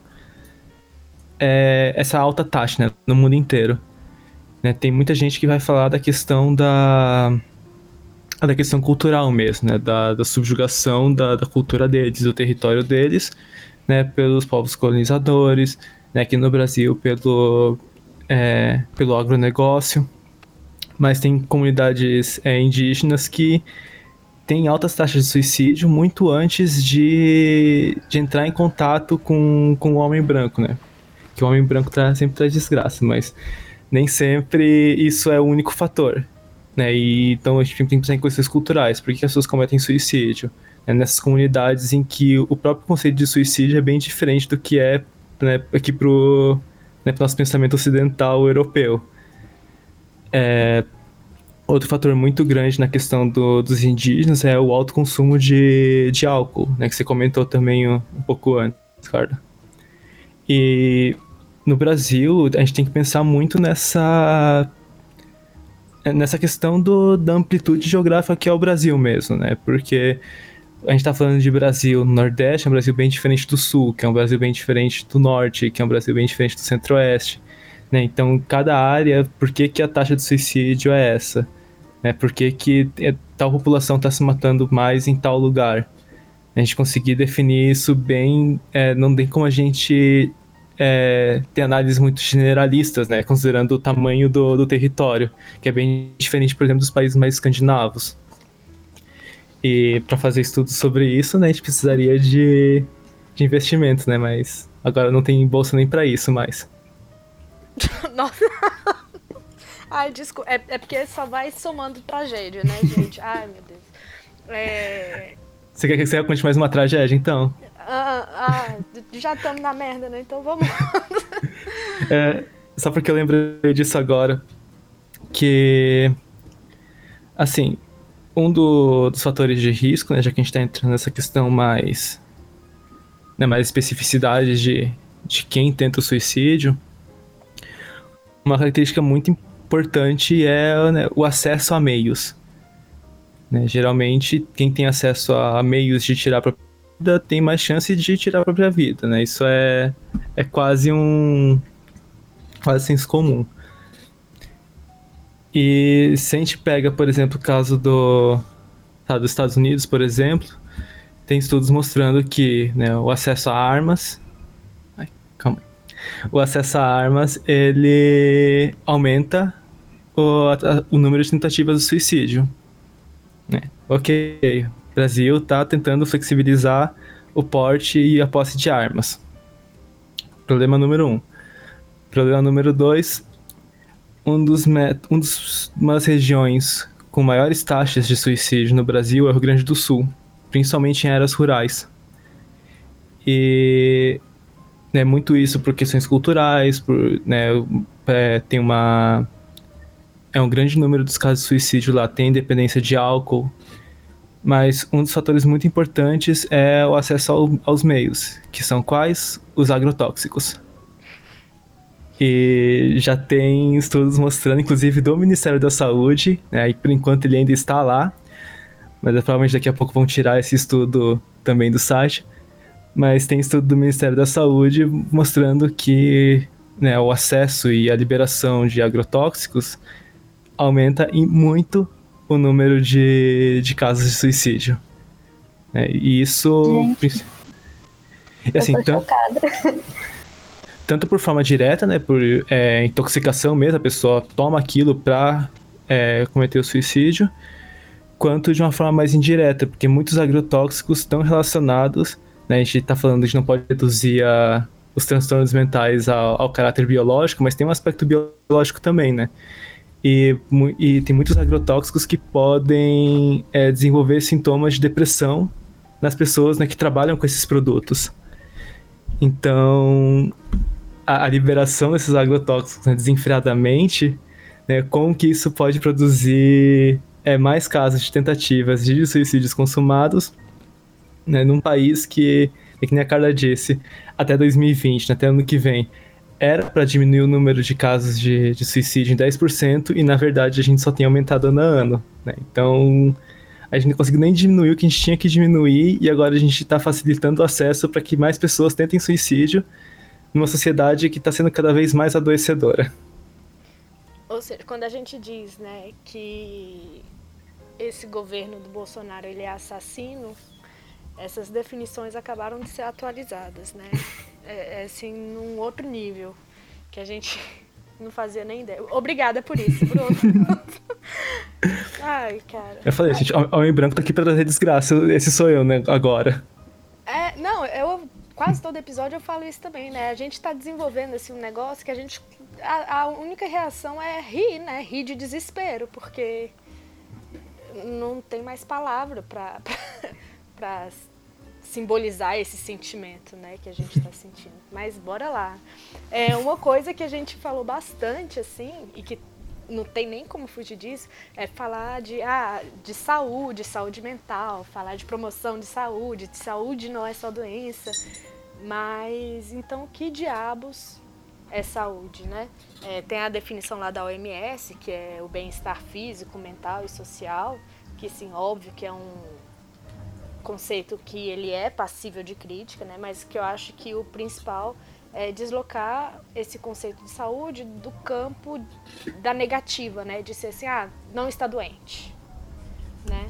é, essa alta taxa, né, no mundo inteiro. Né? Tem muita gente que vai falar da questão da, da questão cultural mesmo, né, da, da subjugação da, da cultura deles, do território deles, né, pelos povos colonizadores, né, aqui no Brasil pelo, é, pelo agronegócio, mas tem comunidades é, indígenas que têm altas taxas de suicídio muito antes de, de entrar em contato com, com o homem branco, né, que o homem branco tá, sempre traz desgraça, mas nem sempre isso é o único fator, né, e então a gente tem que pensar em questões culturais, por que as pessoas cometem suicídio? É nessas comunidades em que o próprio conceito de suicídio é bem diferente do que é, né, aqui pro, né, pro nosso pensamento ocidental europeu. É, outro fator muito grande na questão do, dos indígenas é o alto consumo de, de álcool, né, que você comentou também um, um pouco antes, Ricardo. E no Brasil, a gente tem que pensar muito nessa, nessa questão do, da amplitude geográfica que é o Brasil mesmo, né, porque a gente tá falando de Brasil no Nordeste, é um Brasil bem diferente do Sul, que é um Brasil bem diferente do Norte, que é um Brasil bem diferente do Centro-Oeste, né? Então, cada área, por que que a taxa de suicídio é essa? Né? Por que que tal população está se matando mais em tal lugar? A gente conseguir definir isso bem, é, não tem como a gente é, ter análises muito generalistas, né? Considerando o tamanho do, do território, que é bem diferente, por exemplo, dos países mais escandinavos. E para fazer estudos sobre isso, né, a gente precisaria de, de investimentos, né? Mas agora não tem bolsa nem para isso mais. Nossa. Ai, desculpa. É, é porque só vai somando tragédia, né, gente? Ai, meu Deus. É... Você quer que você conte mais uma tragédia, então? Ah, ah, já estamos na merda, né? Então vamos. É, só porque eu lembrei disso agora. Que... Assim... Um do, dos fatores de risco, né, já que a gente está entrando nessa questão mais, né, mais especificidade de, de quem tenta o suicídio, uma característica muito importante é, né, o acesso a meios. Né, geralmente, quem tem acesso a meios de tirar a própria vida tem mais chance de tirar a própria vida. Né, isso é, é quase um quase senso comum. E se a gente pega, por exemplo, o caso do, tá, dos Estados Unidos, por exemplo, tem estudos mostrando que, né, o acesso a armas... Ai, calma aí. O acesso a armas, ele aumenta o, a, o número de tentativas de suicídio. Né? Ok, o Brasil está tentando flexibilizar o porte e a posse de armas. Problema número um. Problema número dois... Um dos, met- um dos uma das regiões com maiores taxas de suicídio no Brasil é o Rio Grande do Sul, principalmente em áreas rurais. E né, muito isso por questões culturais, por, né, é, tem uma... É um grande número dos casos de suicídio lá, tem dependência de álcool, mas um dos fatores muito importantes é o acesso ao, aos meios, que são quais? Os agrotóxicos. E já tem estudos mostrando, inclusive do Ministério da Saúde, né, e por enquanto ele ainda está lá, mas provavelmente daqui a pouco vão tirar esse estudo também do site, mas tem estudo do Ministério da Saúde mostrando que, né, o acesso e a liberação de agrotóxicos aumenta em muito o número de, de casos de suicídio. É, e isso... Gente, e assim, eu tô tan- chocada. tanto por forma direta, né, por é, intoxicação mesmo, a pessoa toma aquilo para é, cometer o suicídio, quanto de uma forma mais indireta, porque muitos agrotóxicos estão relacionados, né, a gente está falando que não pode reduzir a, os transtornos mentais ao, ao caráter biológico, mas tem um aspecto biológico também, né? E, mu- e tem muitos agrotóxicos que podem é, desenvolver sintomas de depressão nas pessoas, né, que trabalham com esses produtos. Então, a, a liberação desses agrotóxicos, né, desenfreadamente, né, como que isso pode produzir é, mais casos de tentativas de suicídios consumados, né, num país que, é que nem a Carla disse, até dois mil e vinte, né, até ano que vem, era para diminuir o número de casos de, de suicídio em dez por cento e, na verdade, a gente só tem aumentado ano a ano. Né? Então, a gente não conseguiu nem diminuir o que a gente tinha que diminuir e agora a gente está facilitando o acesso para que mais pessoas tentem suicídio numa sociedade que está sendo cada vez mais adoecedora. Ou seja, quando a gente diz, né, que esse governo do Bolsonaro ele é assassino, essas definições acabaram de ser atualizadas, né? É, é assim, num outro nível, que a gente não fazia nem ideia. Obrigada por isso, Bruno. Ai, cara. Eu falei, gente, o Homem Branco tá aqui pra trazer desgraça, esse sou eu, né, agora. É, não, eu quase todo episódio eu falo isso também, né? A gente tá desenvolvendo assim, um negócio que a gente... A, a única reação é rir, né? Rir de desespero, porque não tem mais palavra pra, pra, pra simbolizar esse sentimento, né, que a gente está sentindo. Mas bora lá. É uma coisa que a gente falou bastante, assim, e que não tem nem como fugir disso, é falar de, ah, de saúde, saúde mental, falar de promoção de saúde, de saúde não é só doença. Mas, então, que diabos é saúde, né? É, tem a definição lá da O M S, que é o bem-estar físico, mental e social, que, sim, óbvio que é um conceito que ele é passível de crítica, né? Mas que eu acho que o principal é deslocar esse conceito de saúde do campo da negativa, né? De ser assim, ah, não está doente, né?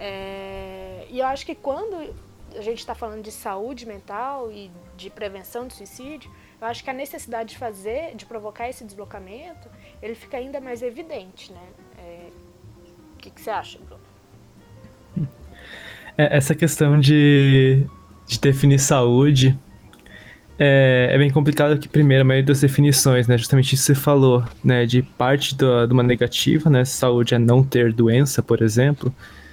É, e eu acho que quando a gente está falando de saúde mental e de prevenção de suicídio, eu acho que a necessidade de fazer, de provocar esse deslocamento, ele fica ainda mais evidente, né? É, o que, que você acha, Bruno? Essa questão de, de definir saúde é, é bem complicado que, primeiro, a maioria das definições, né, justamente isso que você falou, né, de parte do, de uma negativa, né, saúde é não ter doença, por exemplo.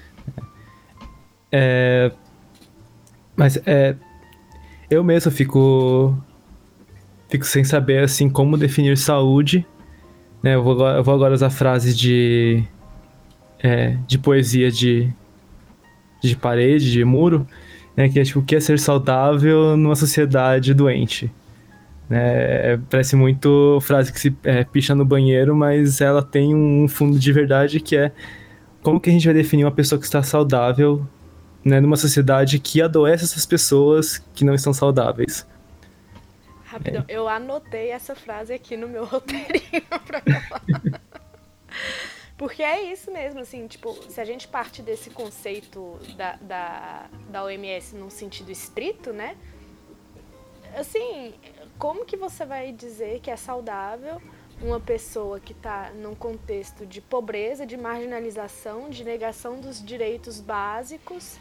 É, mas é, eu mesmo fico, fico sem saber, assim, como definir saúde, né, eu vou, eu vou agora usar frases de, é, de poesia de... de parede, de muro, né, que é tipo, o que é ser saudável numa sociedade doente. Né, é, parece muito frase que se é, picha no banheiro, mas ela tem um fundo de verdade que é como que a gente vai definir uma pessoa que está saudável, né, numa sociedade que adoece essas pessoas que não estão saudáveis. Rapidão, é. Eu anotei essa frase aqui no meu roteirinho pra falar. Porque é isso mesmo, assim, tipo, se a gente parte desse conceito da, da, da O M S num sentido estrito, né? Assim, como que você vai dizer que é saudável uma pessoa que está num contexto de pobreza, de marginalização, de negação dos direitos básicos?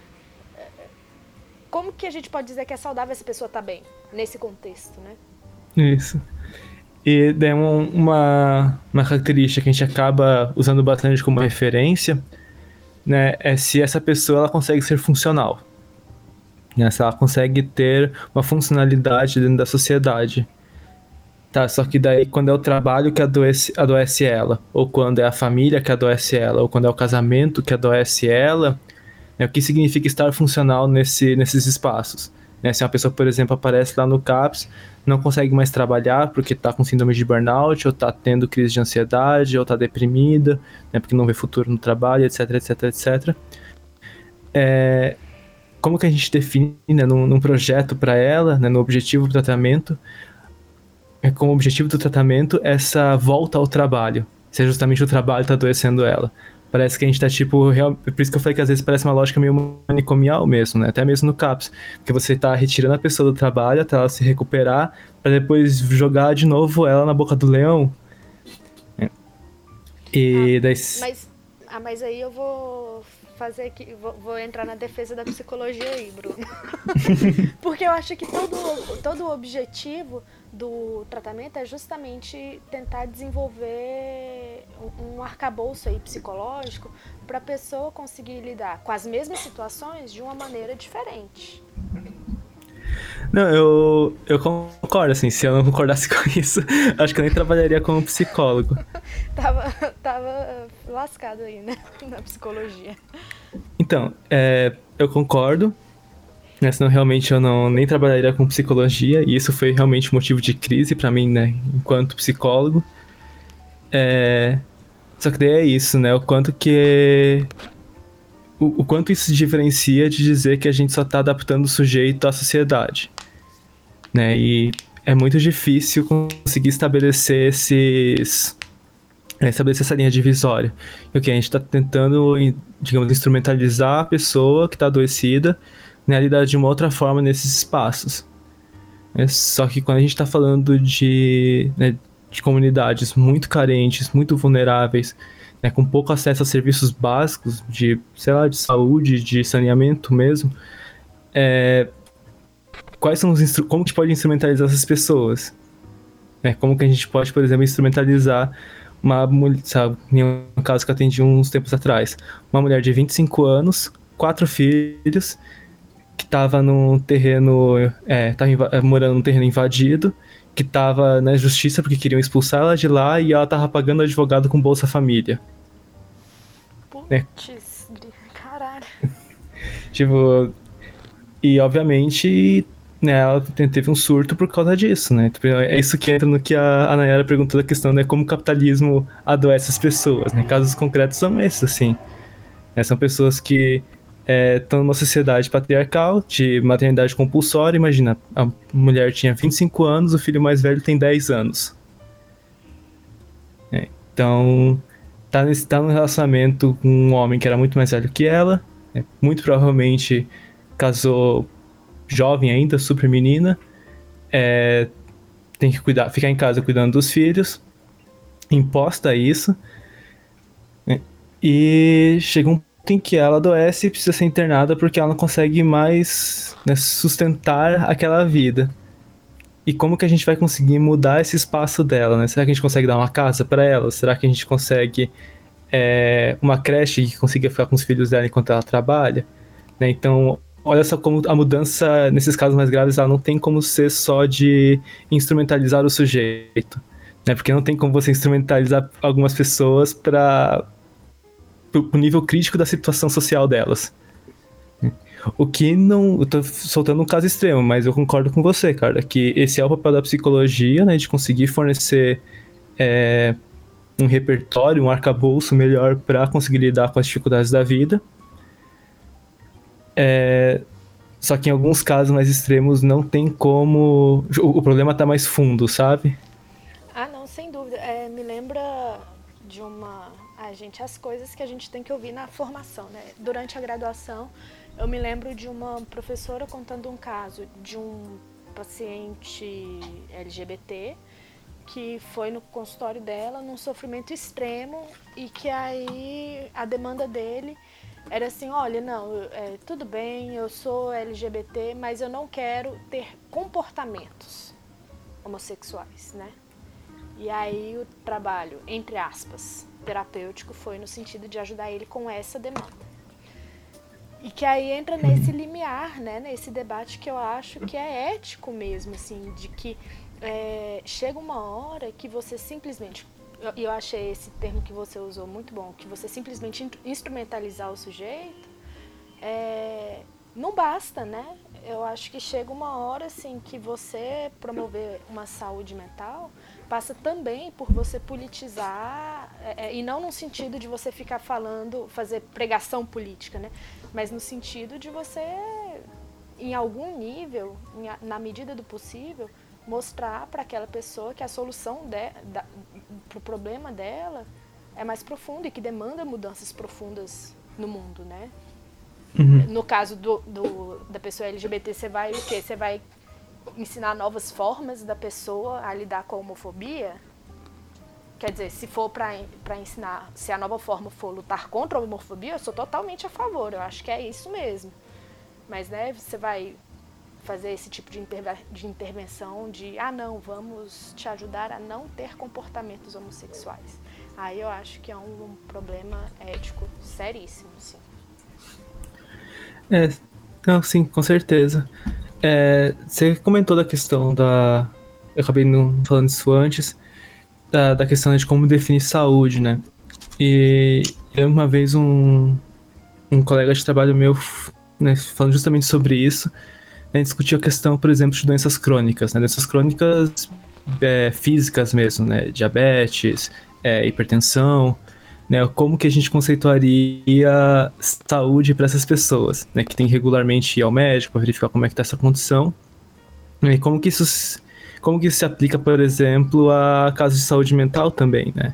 Como que a gente pode dizer que é saudável essa pessoa estar bem nesse contexto, né? Isso. E daí uma, uma característica que a gente acaba usando bastante como referência, né, é se essa pessoa ela consegue ser funcional. Né, se ela consegue ter uma funcionalidade dentro da sociedade. Tá, só que daí quando é o trabalho que adoece, adoece ela, ou quando é a família que adoece ela, ou quando é o casamento que adoece ela, né, o que significa estar funcional nesse, nesses espaços? Né, se uma pessoa, por exemplo, aparece lá no CAPS, não consegue mais trabalhar porque está com síndrome de burnout, ou está tendo crise de ansiedade, ou está deprimida, né, porque não vê futuro no trabalho, etc, etc, et cetera. É, como que a gente define, né, num, num projeto para ela, né, no objetivo do tratamento, é, com o objetivo do tratamento, essa volta ao trabalho. Se é justamente o trabalho que tá adoecendo ela. Parece que a gente tá, tipo, real... por isso que eu falei que às vezes parece uma lógica meio manicomial mesmo, né? Até mesmo no CAPS. Porque você tá retirando a pessoa do trabalho até ela se recuperar, pra depois jogar de novo ela na boca do leão. É. E ah, daí... Mas, ah, mas aí eu vou fazer aqui, vou, vou entrar na defesa da psicologia aí, Bruno. Porque eu acho que todo, todo o objetivo do tratamento é justamente tentar desenvolver um, um arcabouço aí psicológico para a pessoa conseguir lidar com as mesmas situações de uma maneira diferente. Não, eu, eu concordo, assim, se eu não concordasse com isso, acho que eu nem trabalharia como psicólogo. tava, tava lascado aí, né, na psicologia. Então, é, eu concordo, né, senão realmente eu não, nem trabalharia com psicologia, e isso foi realmente um motivo de crise pra mim, né, enquanto psicólogo. É, só que daí é isso, né, o quanto que... O, o quanto isso se diferencia de dizer que a gente só tá adaptando o sujeito à sociedade, né, e é muito difícil conseguir estabelecer esses... É, estabelecer essa linha divisória. E o que a gente está tentando, digamos, instrumentalizar a pessoa que está adoecida, né, lidar de uma outra forma nesses espaços. É, só que quando a gente está falando de, né, de comunidades muito carentes, muito vulneráveis, né, com pouco acesso a serviços básicos de, sei lá, de saúde, de saneamento mesmo, é, quais são os instru- como que a gente pode instrumentalizar essas pessoas? É, como que a gente pode, por exemplo, instrumentalizar uma mulher, sabe, em um caso que eu atendi uns tempos atrás, uma mulher de vinte e cinco anos, quatro filhos, que estava num terreno, é, tava inv- morando num terreno invadido, que estava na justiça porque queriam expulsar ela de lá e ela estava pagando advogado com Bolsa Família. Putz, É. Caralho. Tipo, e obviamente, né, ela teve um surto por causa disso, né? É isso que entra no que a, a Nayara perguntou da questão, né? Como o capitalismo adoece as pessoas, né? Casos concretos são esses, assim. Né, são pessoas que estão é, numa sociedade patriarcal, de maternidade compulsória. Imagina, a mulher tinha vinte e cinco anos, o filho mais velho tem dez anos. É, então, tá, nesse, tá num relacionamento com um homem que era muito mais velho que ela, né, muito provavelmente casou jovem ainda, super menina, é, tem que cuidar, ficar em casa cuidando dos filhos, imposta a isso, né, e chega um ponto em que ela adoece e precisa ser internada porque ela não consegue mais, né, sustentar aquela vida. E como que a gente vai conseguir mudar esse espaço dela, né? Será que a gente consegue dar uma casa para ela? Será que a gente consegue é, uma creche que consiga ficar com os filhos dela enquanto ela trabalha? Né? Então, olha só como a mudança, nesses casos mais graves, ela não tem como ser só de instrumentalizar o sujeito. Né? Porque não tem como você instrumentalizar algumas pessoas para o nível crítico da situação social delas. O que não... Eu tô soltando um caso extremo, mas eu concordo com você, cara, que esse é o papel da psicologia, né, de conseguir fornecer é, um repertório, um arcabouço melhor para conseguir lidar com as dificuldades da vida. É, só que em alguns casos mais extremos não tem como... O, o problema tá mais fundo, sabe? Ah, não, sem dúvida. É, me lembra de uma... Ah, gente, as coisas que a gente tem que ouvir na formação, né? Durante a graduação, eu me lembro de uma professora contando um caso de um paciente L G B T que foi no consultório dela num sofrimento extremo e que aí a demanda dele era assim, olha, não, é, tudo bem, eu sou L G B T, mas eu não quero ter comportamentos homossexuais, né? E aí o trabalho, entre aspas, terapêutico foi no sentido de ajudar ele com essa demanda. E que aí entra nesse limiar, né, nesse debate que eu acho que é ético mesmo, assim, de que é, chega uma hora que você simplesmente, e eu, eu achei esse termo que você usou muito bom, que você simplesmente instrumentalizar o sujeito, é, não basta, né? Eu acho que chega uma hora, assim, que você promover uma saúde mental passa também por você politizar, é, e não no sentido de você ficar falando, fazer pregação política, né? Mas no sentido de você em algum nível, em, na medida do possível, mostrar para aquela pessoa que a solução para o problema dela é mais profundo e que demanda mudanças profundas no mundo, né? Uhum. No caso do, do, da pessoa L G B T, você vai o quê? Você vai ensinar novas formas da pessoa a lidar com a homofobia? Quer dizer, se for para ensinar, se a nova forma for lutar contra a homofobia, eu sou totalmente a favor, eu acho que é isso mesmo. Mas, né, você vai fazer esse tipo de, interve- de intervenção de, ah, não, vamos te ajudar a não ter comportamentos homossexuais. Aí eu acho que é um, um problema ético seríssimo, sim. É, não, sim, com certeza. É, você comentou da questão da... Eu acabei não falando isso antes, da, da questão de como definir saúde, né? E eu, uma vez um, um colega de trabalho meu, né, falando justamente sobre isso, a gente discutiu a questão, por exemplo, de doenças crônicas, né? Doenças crônicas é, físicas mesmo, né? Diabetes, é, hipertensão, né? Como que a gente conceituaria saúde para essas pessoas, né? Que tem que regularmente ir ao médico para verificar como é que está essa condição. E como que isso, como que isso se aplica, por exemplo, a casos de saúde mental também, né?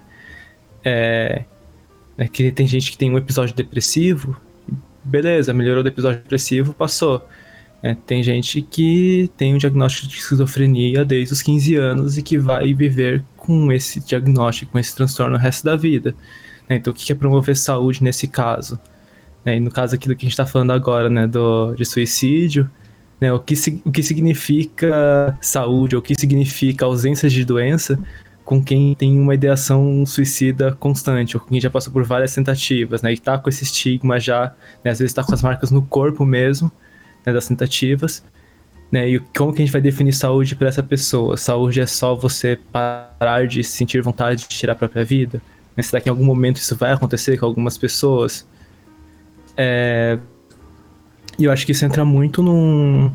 É, é que tem gente que tem um episódio depressivo, beleza, melhorou do episódio depressivo, passou. É, tem gente que tem um diagnóstico de esquizofrenia desde os quinze anos e que vai viver com esse diagnóstico, com esse transtorno o resto da vida. É, então, o que é promover saúde nesse caso? É, e no caso aqui do que a gente está falando agora, né, do, de suicídio, né, o, que, o que significa saúde, o que significa ausência de doença com quem tem uma ideação suicida constante, ou quem já passou por várias tentativas, né, e está com esse estigma já, né, às vezes está com as marcas no corpo mesmo, né, das tentativas, né, e como que a gente vai definir saúde para essa pessoa? Saúde é só você parar de sentir vontade de tirar a própria vida? Né, será que em algum momento isso vai acontecer com algumas pessoas? É, e eu acho que isso entra muito num,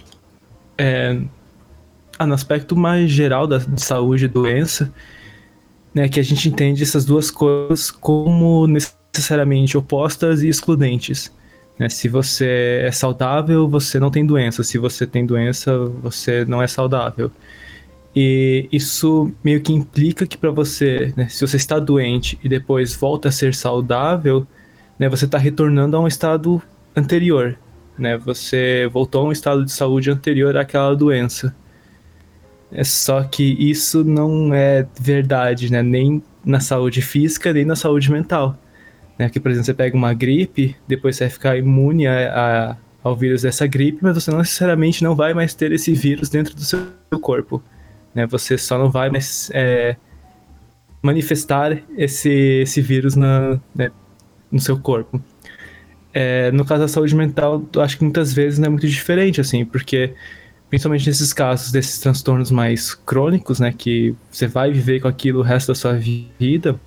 é, ah, no aspecto mais geral da, de saúde e doença, né, que a gente entende essas duas coisas como necessariamente opostas e excludentes. Né, se você é saudável, você não tem doença. Se você tem doença, você não é saudável. E isso meio que implica que para você, né, se você está doente e depois volta a ser saudável, né, você está retornando a um estado anterior. Né, você voltou a um estado de saúde anterior àquela doença. É só que isso não é verdade, né, nem na saúde física, nem na saúde mental. Né, que, por exemplo, você pega uma gripe, depois você vai ficar imune a, a, ao vírus dessa gripe, mas você não necessariamente não vai mais ter esse vírus dentro do seu corpo. Né, você só não vai mais é, manifestar esse, esse vírus na, né, no seu corpo. É, no caso da saúde mental, eu acho que muitas vezes não é muito diferente, assim, porque principalmente nesses casos desses transtornos mais crônicos, né, que você vai viver com aquilo o resto da sua vida,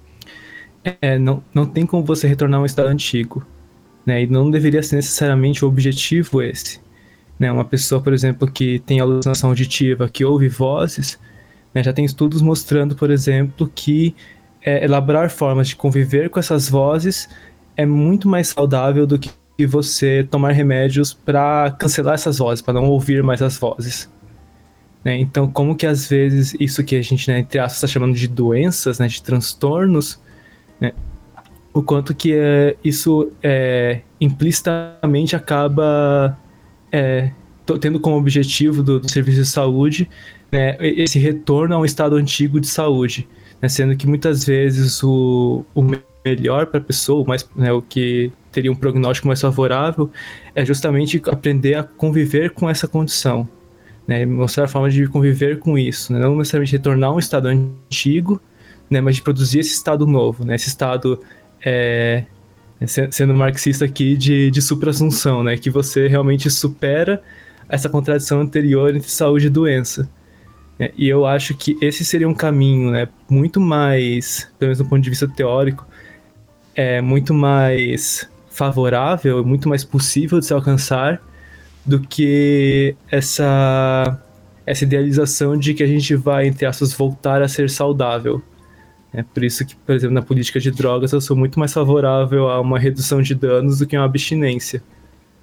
É, não, não tem como você retornar a um estado antigo, né? E não deveria ser necessariamente o objetivo esse, né? Uma pessoa, por exemplo, que tem alucinação auditiva, que ouve vozes, né? Já tem estudos mostrando, por exemplo, que é, elaborar formas de conviver com essas vozes é muito mais saudável do que você tomar remédios para cancelar essas vozes, para não ouvir mais as vozes. Né? Então, como que às vezes isso que a gente, né, entre aspas, está chamando de doenças, né, de transtornos, né, o quanto que é, isso é, implicitamente acaba é, tendo como objetivo do, do serviço de saúde, né, esse retorno a um estado antigo de saúde, né, sendo que muitas vezes o, o melhor para a pessoa, mais, né, o que teria um prognóstico mais favorável, é justamente aprender a conviver com essa condição, né, mostrar a forma de conviver com isso, né, não necessariamente retornar a um estado antigo, né, mas de produzir esse estado novo, né, esse estado, é, sendo marxista aqui, de, de supra-assunção, né, que você realmente supera essa contradição anterior entre saúde e doença. Né, e eu acho que esse seria um caminho, né, muito mais, pelo menos do ponto de vista teórico, é muito mais favorável, muito mais possível de se alcançar do que essa, essa idealização de que a gente vai, entre aspas, voltar a ser saudável. É por isso que, por exemplo, na política de drogas eu sou muito mais favorável a uma redução de danos do que uma abstinência.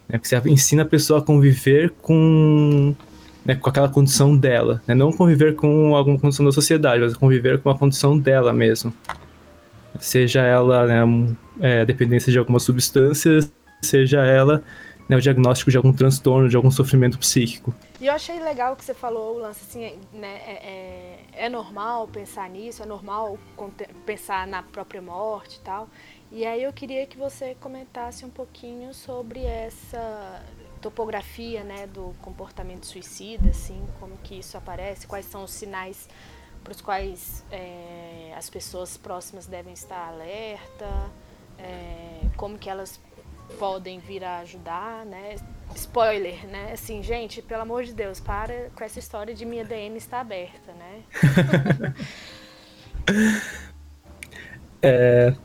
Né? Porque você ensina a pessoa a conviver com, né, com aquela condição dela. Né? Não conviver com alguma condição da sociedade, mas conviver com a condição dela mesmo. Seja ela, né, um, é, a dependência de alguma substância, seja ela, né, o diagnóstico de algum transtorno, de algum sofrimento psíquico. E eu achei legal que você falou o lance assim, né, é, é, é normal pensar nisso, é normal pensar na própria morte e tal. E aí eu queria que você comentasse um pouquinho sobre essa topografia, né, do comportamento suicida, assim, como que isso aparece, quais são os sinais para os quais é, as pessoas próximas devem estar alerta, é, como que elas podem vir a ajudar, né? Spoiler, né? Assim, gente, pelo amor de Deus, para com essa história de minha D M está aberta, né? é...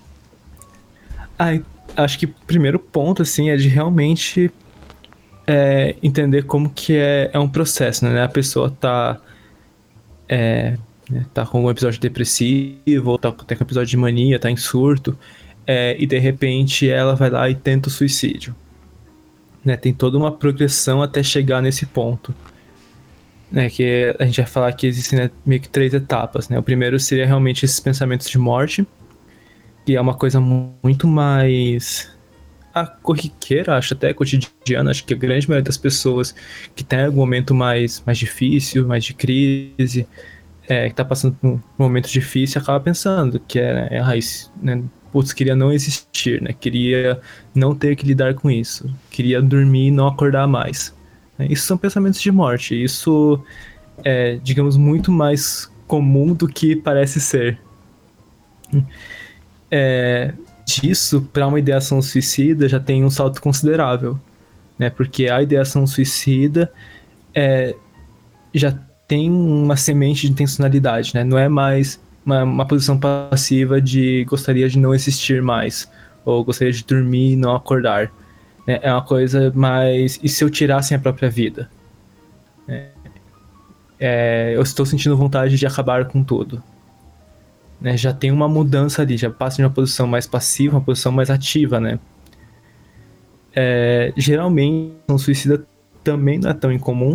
ah, acho que o primeiro ponto, assim, é de realmente é, entender como que é, é um processo, né? A pessoa tá... É, tá com um episódio depressivo, ou tá com um episódio de mania, tá em surto, é, e de repente ela vai lá e tenta o suicídio. Né, tem toda uma progressão até chegar nesse ponto. Né, que a gente vai falar que existem, né, meio que três etapas. Né? O primeiro seria realmente esses pensamentos de morte, que é uma coisa muito mais... a corriqueira, acho até cotidiana. Acho que a grande maioria das pessoas que tem algum momento mais, mais difícil, mais de crise, é, que tá passando por um momento difícil, acaba pensando que é, é raiz, né? Putz, queria não existir, né? Queria não ter que lidar com isso. Queria dormir e não acordar mais. Isso são pensamentos de morte. Isso é, digamos, muito mais comum do que parece ser. É... disso para uma ideação suicida já tem um salto considerável, né? Porque a ideação suicida é, já tem uma semente de intencionalidade, né? Não é mais uma, uma posição passiva de gostaria de não existir mais, ou gostaria de dormir e não acordar. Né? É uma coisa mais, e se eu tirasse a própria vida? É, é, eu estou sentindo vontade de acabar com tudo. Né, já tem uma mudança ali, já passa de uma posição mais passiva, uma posição mais ativa, né? É, geralmente, um suicida também não é tão incomum,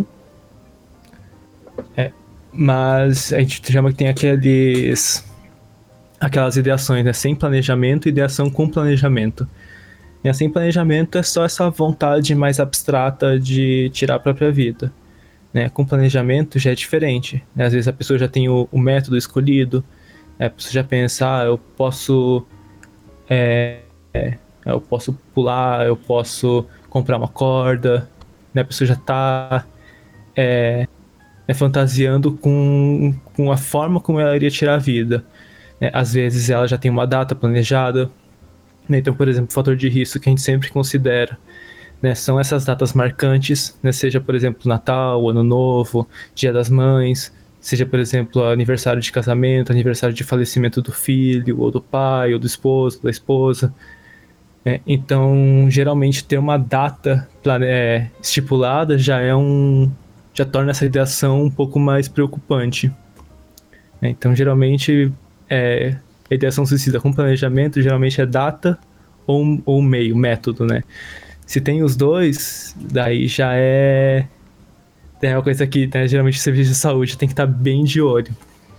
é, mas a gente chama que tem aqueles, aquelas ideações, né? Sem planejamento e ideação com planejamento. E sem planejamento é só essa vontade mais abstrata de tirar a própria vida. Né? Com planejamento já é diferente. Né? Às vezes a pessoa já tem o, o método escolhido, é, a pessoa já pensa, ah, eu posso é, é, eu posso pular, eu posso comprar uma corda, né? A pessoa já está é, é, fantasiando com, com a forma como ela iria tirar a vida. Né? Às vezes ela já tem uma data planejada, né? Então, por exemplo, o fator de risco que a gente sempre considera, né, são essas datas marcantes, né? Seja, por exemplo, Natal, Ano Novo, Dia das Mães, seja, por exemplo, aniversário de casamento, aniversário de falecimento do filho, ou do pai, ou do esposo, da esposa. É, então, geralmente, ter uma data é, estipulada já é um, já torna essa ideação um pouco mais preocupante. É, então, geralmente, é, a ideação suicida com planejamento, geralmente é data ou, ou meio, método, né? Se tem os dois, daí já é... Tem uma coisa que, né, geralmente o serviço de saúde tem que estar bem de olho.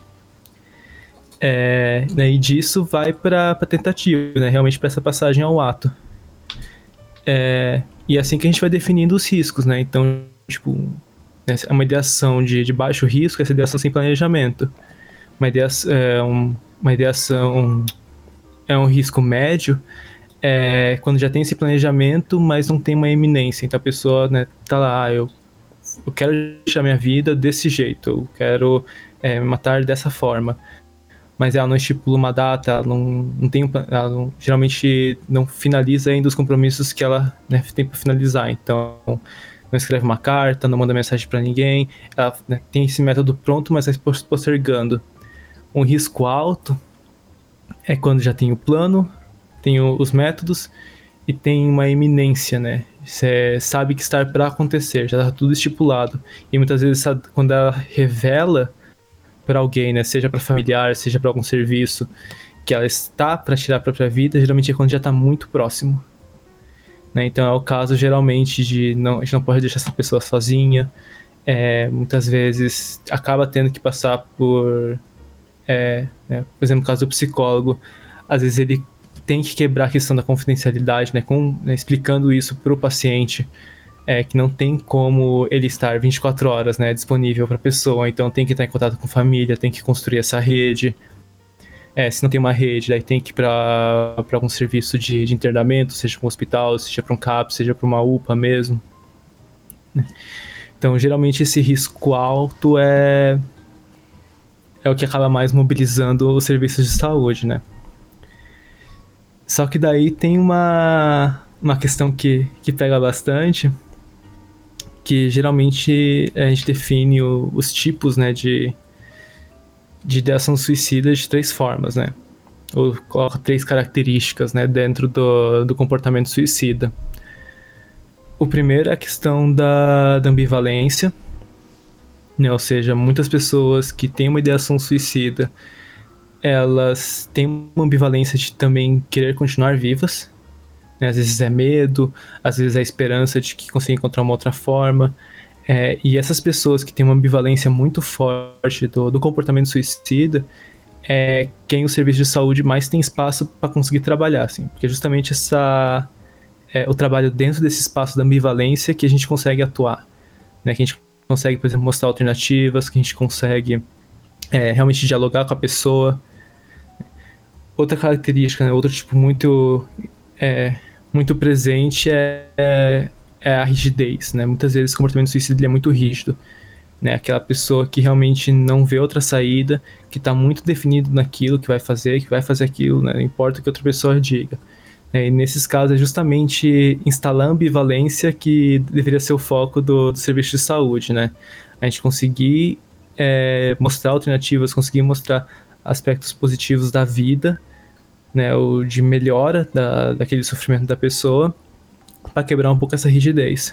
É, né, e disso vai para a tentativa, né, realmente para essa passagem ao ato. É, e é assim que a gente vai definindo os riscos, né? Então, tipo, né, uma ideação de, de baixo risco, essa ideação sem planejamento. Uma ideação, é, um, uma ideação é um risco médio, é, quando já tem esse planejamento, mas não tem uma eminência. Então a pessoa, né, tá lá, ah, eu eu quero deixar minha vida desse jeito, eu quero é, me matar dessa forma, mas ela não estipula uma data, ela não, não tem, ela não, geralmente não finaliza ainda os compromissos que ela, né, tem para finalizar. Então não escreve uma carta, não manda mensagem para ninguém, ela, né, tem esse método pronto, mas vai postergando. Um risco alto é quando já tem o plano, tem o, os métodos e tem uma iminência, né? Você sabe que está para acontecer, já está tudo estipulado. E muitas vezes, quando ela revela para alguém, né, seja para familiar, seja para algum serviço, que ela está para tirar a própria vida, geralmente é quando já está muito próximo. né? Então é o caso geralmente de não, a gente não pode deixar essa pessoa sozinha. É, muitas vezes acaba tendo que passar por, é, né, por exemplo, no caso do psicólogo, às vezes ele tem que quebrar a questão da confidencialidade, né, com, né, explicando isso para o paciente, é, que não tem como ele estar vinte e quatro horas, né, disponível para a pessoa, então tem que estar em contato com a família, tem que construir essa rede. É, se não tem uma rede, daí tem que ir para algum serviço de, de internamento, seja para um hospital, seja para um C A P, seja para uma U P A mesmo. Então, geralmente, esse risco alto é, é o que acaba mais mobilizando os serviços de saúde, né? Só que daí tem uma, uma questão que, que pega bastante, que geralmente a gente define o, os tipos, né, de, de ideação suicida de três formas, né? Ou coloca três características, né, dentro do, do comportamento suicida. O primeiro é a questão da, da ambivalência, né? Ou seja, muitas pessoas que têm uma ideação suicida, elas têm uma ambivalência de também querer continuar vivas, né? Às vezes é medo, às vezes é a esperança de que consigam encontrar uma outra forma. É, e essas pessoas que têm uma ambivalência muito forte do, do comportamento suicida é quem o serviço de saúde mais tem espaço para conseguir trabalhar, assim, porque justamente essa, é, o trabalho dentro desse espaço da ambivalência que a gente consegue atuar, né? Que a gente consegue, por exemplo, mostrar alternativas, que a gente consegue é, realmente dialogar com a pessoa. Outra característica, né, outro tipo muito, é, muito presente é, é é a rigidez, né? Muitas vezes o comportamento suicida é muito rígido, né? Aquela pessoa que realmente não vê outra saída, que está muito definido naquilo que vai fazer, que vai fazer aquilo, né? Não importa o que outra pessoa diga. É, e nesses casos é justamente instalar a ambivalência que deveria ser o foco do, do serviço de saúde, né? A gente conseguir é, mostrar alternativas, conseguir mostrar aspectos positivos da vida, né? Ou de melhora da, daquele sofrimento da pessoa, para quebrar um pouco essa rigidez.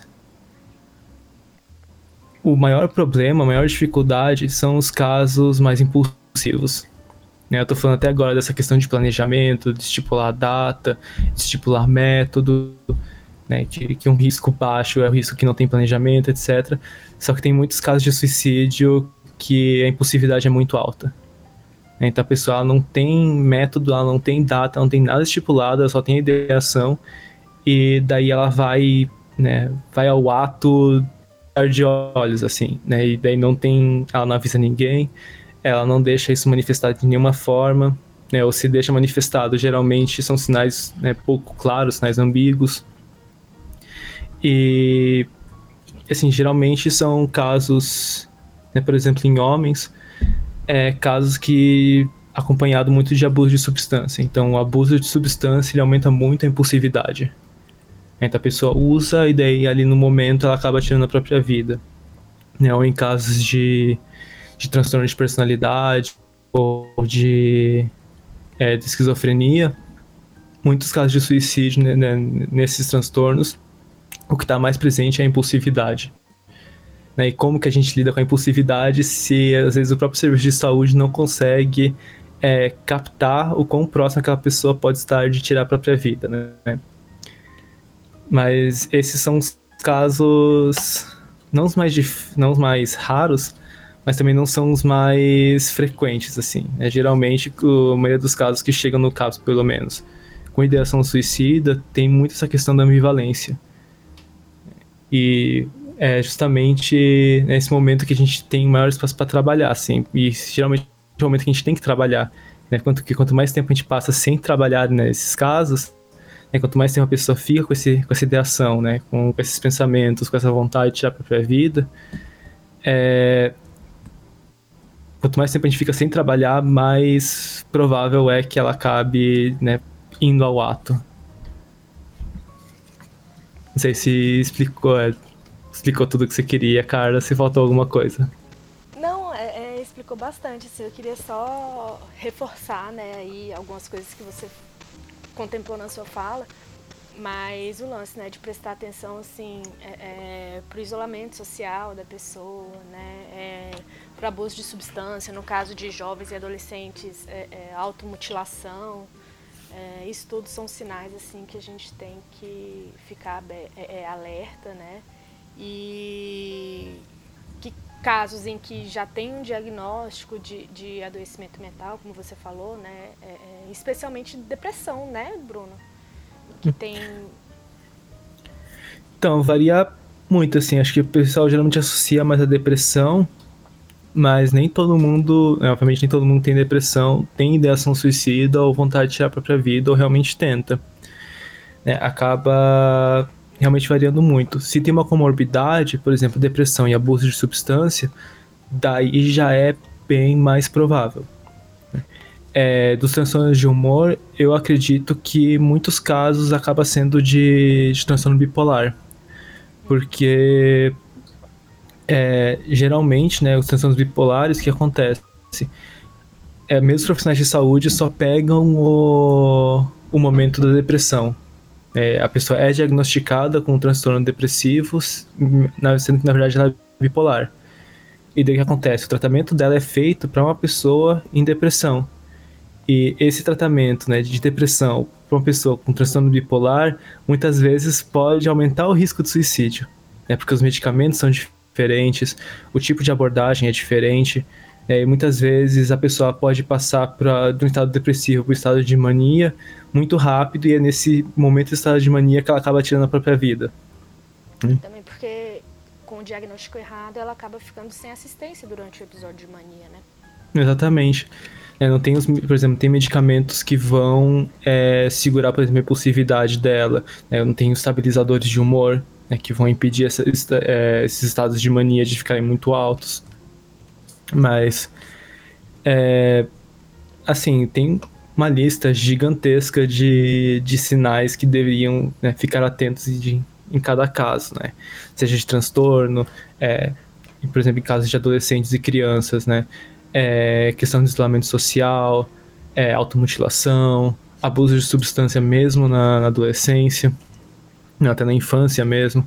O maior problema, a maior dificuldade são os casos mais impulsivos. Né, eu estou falando até agora dessa questão de planejamento, de estipular data, de estipular método, né, que, que um risco baixo é o risco que não tem planejamento, etcétera. Só que tem muitos casos de suicídio que a impulsividade é muito alta. Então a pessoa ela não tem método, ela não tem data, ela não tem nada estipulado, ela só tem ideação. E daí ela vai, né, vai ao ato de olhos, assim, né, e daí não tem, ela não avisa ninguém, ela não deixa isso manifestado de nenhuma forma, né, ou se deixa manifestado, geralmente são sinais, né, pouco claros, sinais ambíguos, e, assim, geralmente são casos, né, por exemplo, em homens, é, casos que acompanhado muito de abuso de substância, então o abuso de substância ele aumenta muito a impulsividade. Então a pessoa usa e daí ali no momento ela acaba tirando a própria vida, né? Ou em casos de, de transtorno de personalidade ou de, é, de esquizofrenia, muitos casos de suicídio, né, né, nesses transtornos, o que está mais presente é a impulsividade, né? E como que a gente lida com a impulsividade se às vezes o próprio serviço de saúde não consegue é, captar o quão próximo aquela pessoa pode estar de tirar a própria vida, né? Mas esses são os casos, não os mais, dif... não os mais raros, mas também não são os mais frequentes, assim. É geralmente a maioria dos casos que chegam no C A P S, pelo menos, com ideação suicida, tem muito essa questão da ambivalência. E é justamente nesse momento que a gente tem maior espaço para trabalhar, assim. E geralmente é o momento que a gente tem que trabalhar, né? Quanto, que quanto mais tempo a gente passa sem trabalhar nesses casos, é, quanto mais tempo a pessoa fica com, esse, com essa ideação, né, com, com esses pensamentos, com essa vontade de tirar a própria vida, é, quanto mais tempo a gente fica sem trabalhar, mais provável é que ela acabe, né, indo ao ato. Não sei se explicou, é, explicou tudo o que você queria, Carla, se faltou alguma coisa. Não, é, é, explicou bastante, assim, eu queria só reforçar, né, aí algumas coisas que você contemplou na sua fala, mas o lance, né, de prestar atenção, assim, é, é, pro isolamento social da pessoa, né, é, pro abuso de substância, no caso de jovens e adolescentes, é, é, automutilação, É, isso tudo são sinais assim que a gente tem que ficar é, é, alerta, né? E que casos em que já tem um diagnóstico de, de adoecimento mental, como você falou, né? É, é, especialmente depressão, né, Bruno? Que tem... Então, varia muito, assim, acho que o pessoal geralmente associa mais a depressão, mas nem todo mundo, né, obviamente nem todo mundo tem depressão, tem ideação suicida ou vontade de tirar a própria vida ou realmente tenta. Né, acaba realmente variando muito. Se tem uma comorbidade, por exemplo, depressão e abuso de substância, daí já é bem mais provável. É, dos transtornos de humor, eu acredito que em muitos casos acaba sendo de, de transtorno bipolar. Porque é, geralmente, né, os transtornos bipolares, o que acontece? É, mesmo os profissionais de saúde só pegam o, o momento da depressão. É, a pessoa é diagnosticada com um transtorno depressivo, sendo que na verdade ela é bipolar. E daí o que acontece? O tratamento dela é feito para uma pessoa em depressão. E esse tratamento, né, de depressão para uma pessoa com transtorno bipolar, muitas vezes pode aumentar o risco de suicídio, né, porque os medicamentos são diferentes, o tipo de abordagem é diferente, é, e muitas vezes a pessoa pode passar pra, de um estado depressivo para um estado de mania muito rápido, e é nesse momento do estado de mania que ela acaba tirando a própria vida. Também porque com o diagnóstico errado ela acaba ficando sem assistência durante o episódio de mania, né? Exatamente. É, não tem os, por exemplo, tem medicamentos que vão é, segurar, por exemplo, a impulsividade dela. Né? Não tem os estabilizadores de humor, né, que vão impedir essa, é, esses estados de mania de ficarem muito altos. Mas, é, assim, tem uma lista gigantesca de, de sinais que deveriam, né, ficar atentos de, em cada caso, né? Seja de transtorno, é, por exemplo, em casos de adolescentes e crianças, né? É, questão de isolamento social, é, automutilação, abuso de substância mesmo na, na adolescência, até na infância mesmo.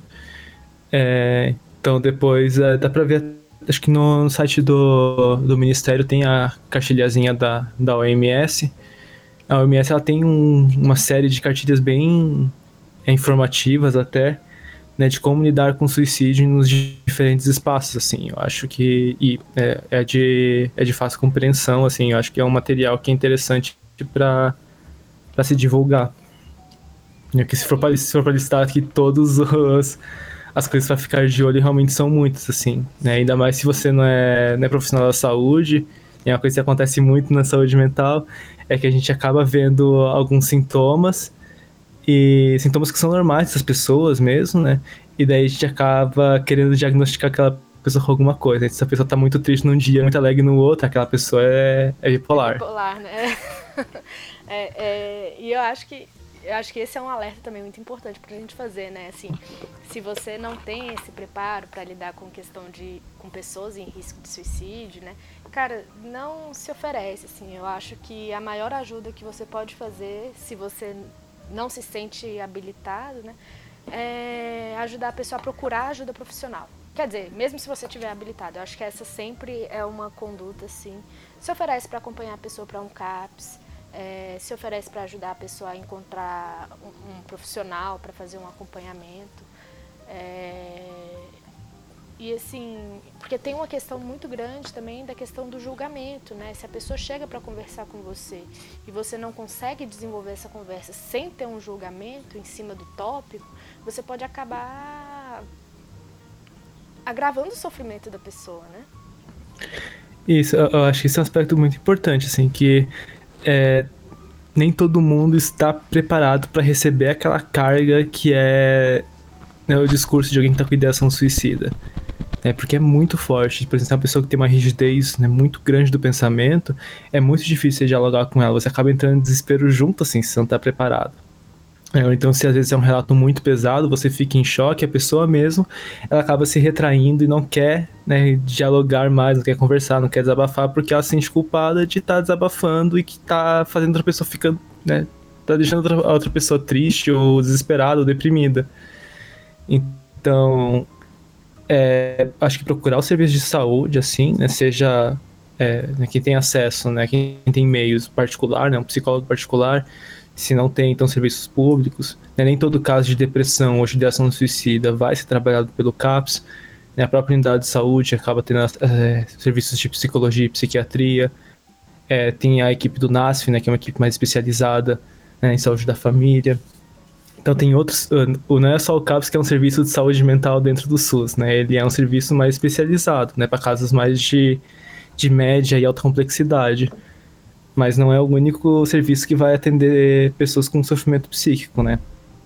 É, então depois é, dá pra ver, acho que no, no site do, do Ministério tem a cartilhazinha da, da O M S. A O M S ela tem um, uma série de cartilhas bem é, informativas até, né, de como lidar com suicídio nos diferentes espaços, assim, eu acho que e, é, é, de, é de fácil compreensão, assim, eu acho que é um material que é interessante para para se divulgar. Porque se for para se for para listar aqui todos os as coisas para ficar de olho realmente são muitas, assim, né, ainda mais se você não é, não é profissional da saúde, é uma coisa que acontece muito na saúde mental, é que a gente acaba vendo alguns sintomas, e sintomas que são normais das pessoas mesmo, né? E daí a gente acaba querendo diagnosticar aquela pessoa com alguma coisa. Se a pessoa tá muito triste num dia, muito alegre no outro, aquela pessoa é, é bipolar. É bipolar, né? é, é, e eu acho que eu acho que esse é um alerta também muito importante pra gente fazer, né? Assim, se você não tem esse preparo para lidar com questão de com pessoas em risco de suicídio, né? Cara, não se oferece, assim. Eu acho que a maior ajuda que você pode fazer, se você não se sente habilitado, né, é ajudar a pessoa a procurar ajuda profissional. Quer dizer, mesmo se você estiver habilitado, eu acho que essa sempre é uma conduta, assim. Se oferece para acompanhar a pessoa para um CAPS, é, se oferece para ajudar a pessoa a encontrar um, um profissional para fazer um acompanhamento. É, e assim, porque tem uma questão muito grande também da questão do julgamento, né? Se a pessoa chega para conversar com você e você não consegue desenvolver essa conversa sem ter um julgamento em cima do tópico, você pode acabar agravando o sofrimento da pessoa, né? Isso, eu acho que esse é um aspecto muito importante, assim, que é, nem todo mundo está preparado para receber aquela carga que é, né, o discurso de alguém que está com ideação suicida. É, porque é muito forte. Por exemplo, uma pessoa que tem uma rigidez, né, muito grande do pensamento, é muito difícil dialogar com ela. Você acaba entrando em desespero junto, assim, se você não está preparado. É, ou então, se às vezes é um relato muito pesado, você fica em choque, a pessoa mesmo, ela acaba se retraindo e não quer, né, dialogar mais, não quer conversar, não quer desabafar, porque ela se sente culpada de estar tá desabafando e que está fazendo outra pessoa ficando, né, tá deixando outra, a outra pessoa triste ou desesperada ou deprimida. Então, É, acho que procurar o serviço de saúde, assim, né, seja é, né, quem tem acesso, né, quem tem meios particular, né, um psicólogo particular, Se não tem, então, serviços públicos. Né? Nem todo caso de depressão ou de ideação suicida vai ser trabalhado pelo CAPS. Né? A própria unidade de saúde acaba tendo é, serviços de psicologia e psiquiatria. É, tem a equipe do NASF, né, que é uma equipe mais especializada, né, em saúde da família. Então tem outros... Não é só o CAPS que é um serviço de saúde mental dentro do SUS. Né? Ele é um serviço mais especializado, né, para casos mais de, de média e alta complexidade. Mas não é o único serviço que vai atender pessoas com sofrimento psíquico, né?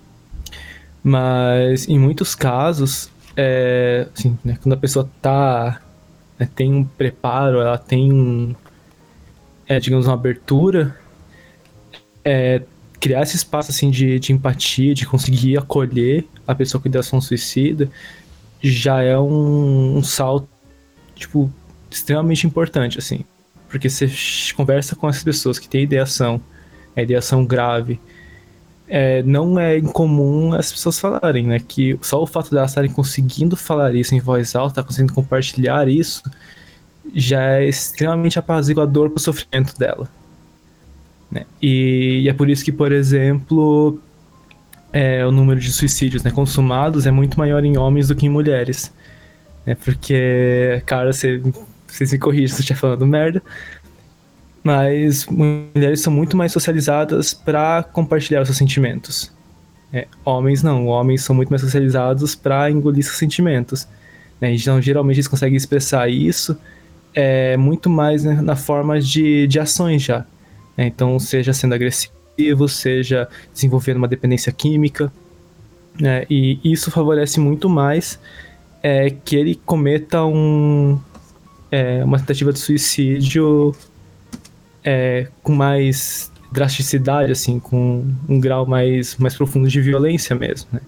Mas, em muitos casos, é, assim, né, quando a pessoa tá, né, tem um preparo, ela tem, um, é, digamos, uma abertura, é, criar esse espaço assim, de, de empatia, de conseguir acolher a pessoa com ideação suicida, já é um, um salto, tipo, extremamente importante, assim. Porque você conversa com essas pessoas que têm ideação, é ideação grave, é, não é incomum as pessoas falarem, né? Que só o fato de elas estarem conseguindo falar isso em voz alta, conseguindo compartilhar isso, já é extremamente apaziguador para o sofrimento dela. Né? E, e é por isso que, por exemplo, é, o número de suicídios, né, consumados é muito maior em homens do que em mulheres. Né? Porque, cara, você... Vocês me corrigem se eu estiver falando merda. Mas mulheres são muito mais socializadas para compartilhar os seus sentimentos. É, homens não. Homens são muito mais socializados para engolir seus sentimentos. Né? Então, geralmente, eles conseguem expressar isso é, muito mais, né, na forma de, de ações já. É, então, seja sendo agressivo, seja desenvolvendo uma dependência química. Né? E isso favorece muito mais é, que ele cometa um... É, uma tentativa de suicídio é, com mais drasticidade, assim, com um grau mais, mais profundo de violência mesmo, né?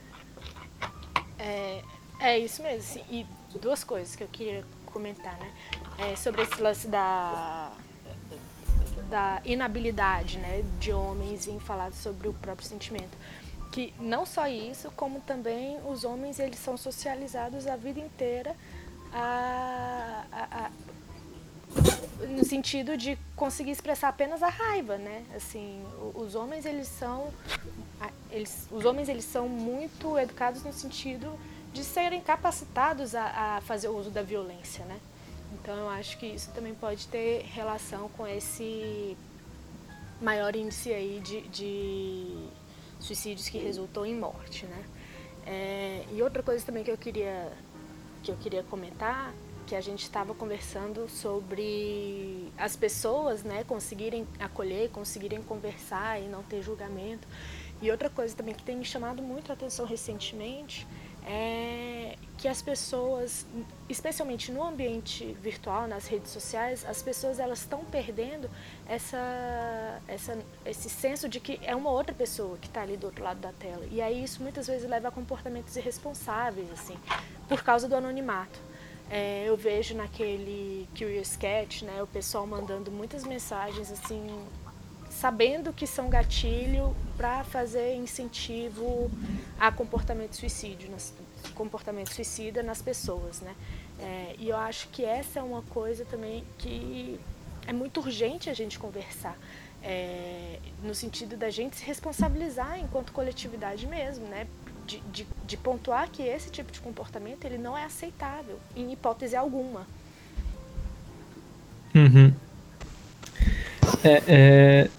É, é isso mesmo, assim, e duas coisas que eu queria comentar, né? É, sobre esse lance da, da inabilidade, né, de homens em falar sobre o próprio sentimento. Que não só isso, como também os homens, eles são socializados a vida inteira A, a, a, no sentido de conseguir expressar apenas a raiva, né? Assim, os homens eles são, eles, os homens eles são muito educados no sentido de serem capacitados a, a fazer o uso da violência, né? Então eu acho que isso também pode ter relação com esse maior índice aí de, de suicídios que resultou em morte, né? É, e outra coisa também que eu queria que eu queria comentar, que a gente estava conversando sobre as pessoas, né, conseguirem acolher, conseguirem conversar e não ter julgamento. E outra coisa também que tem me chamado muito a atenção recentemente é que as pessoas, especialmente no ambiente virtual, nas redes sociais, as pessoas elas estão perdendo essa, essa, esse senso de que é uma outra pessoa que está ali do outro lado da tela. E aí isso muitas vezes leva a comportamentos irresponsáveis, assim, por causa do anonimato. É, eu vejo naquele Curious Cat, né, o pessoal mandando muitas mensagens assim, sabendo que são gatilho para fazer incentivo a comportamento suicídio, nas, comportamento suicida nas pessoas, né? É, e eu acho que essa é uma coisa também que é muito urgente a gente conversar, é, no sentido da gente se responsabilizar enquanto coletividade mesmo, né? De, de, de pontuar que esse tipo de comportamento ele não é aceitável, em hipótese alguma. Uhum. É, é...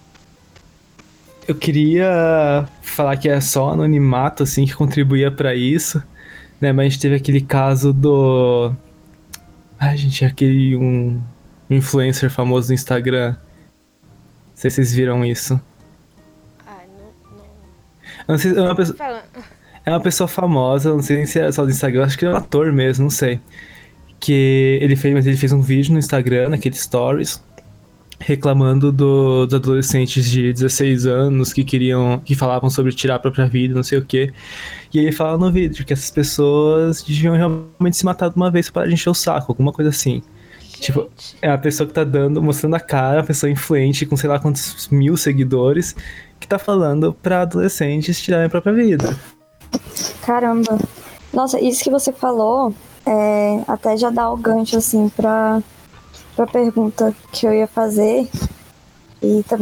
Eu queria falar que é só anonimato assim, que contribuía para isso, né? Mas a gente teve aquele caso do... Ai, gente, aquele um influencer famoso do Instagram. Não sei se vocês viram isso. Ah, não... não... Eu não sei, é, uma pessoa, é uma pessoa famosa, não sei se é só do Instagram, acho que ele é um ator mesmo, não sei. Que ele fez, mas ele fez um vídeo no Instagram, naquele Stories, reclamando do, dos adolescentes de dezesseis anos que queriam, que falavam sobre tirar a própria vida, não sei o quê. E ele fala no vídeo que essas pessoas deviam realmente se matar de uma vez para encher o saco, alguma coisa assim. Gente. Tipo, é a pessoa que tá dando, mostrando a cara, a pessoa influente com sei lá quantos mil seguidores, que tá falando pra adolescentes tirarem a própria vida. Caramba. Nossa, isso que você falou, é, até já dá o gancho, assim, pra... a pergunta que eu ia fazer, e também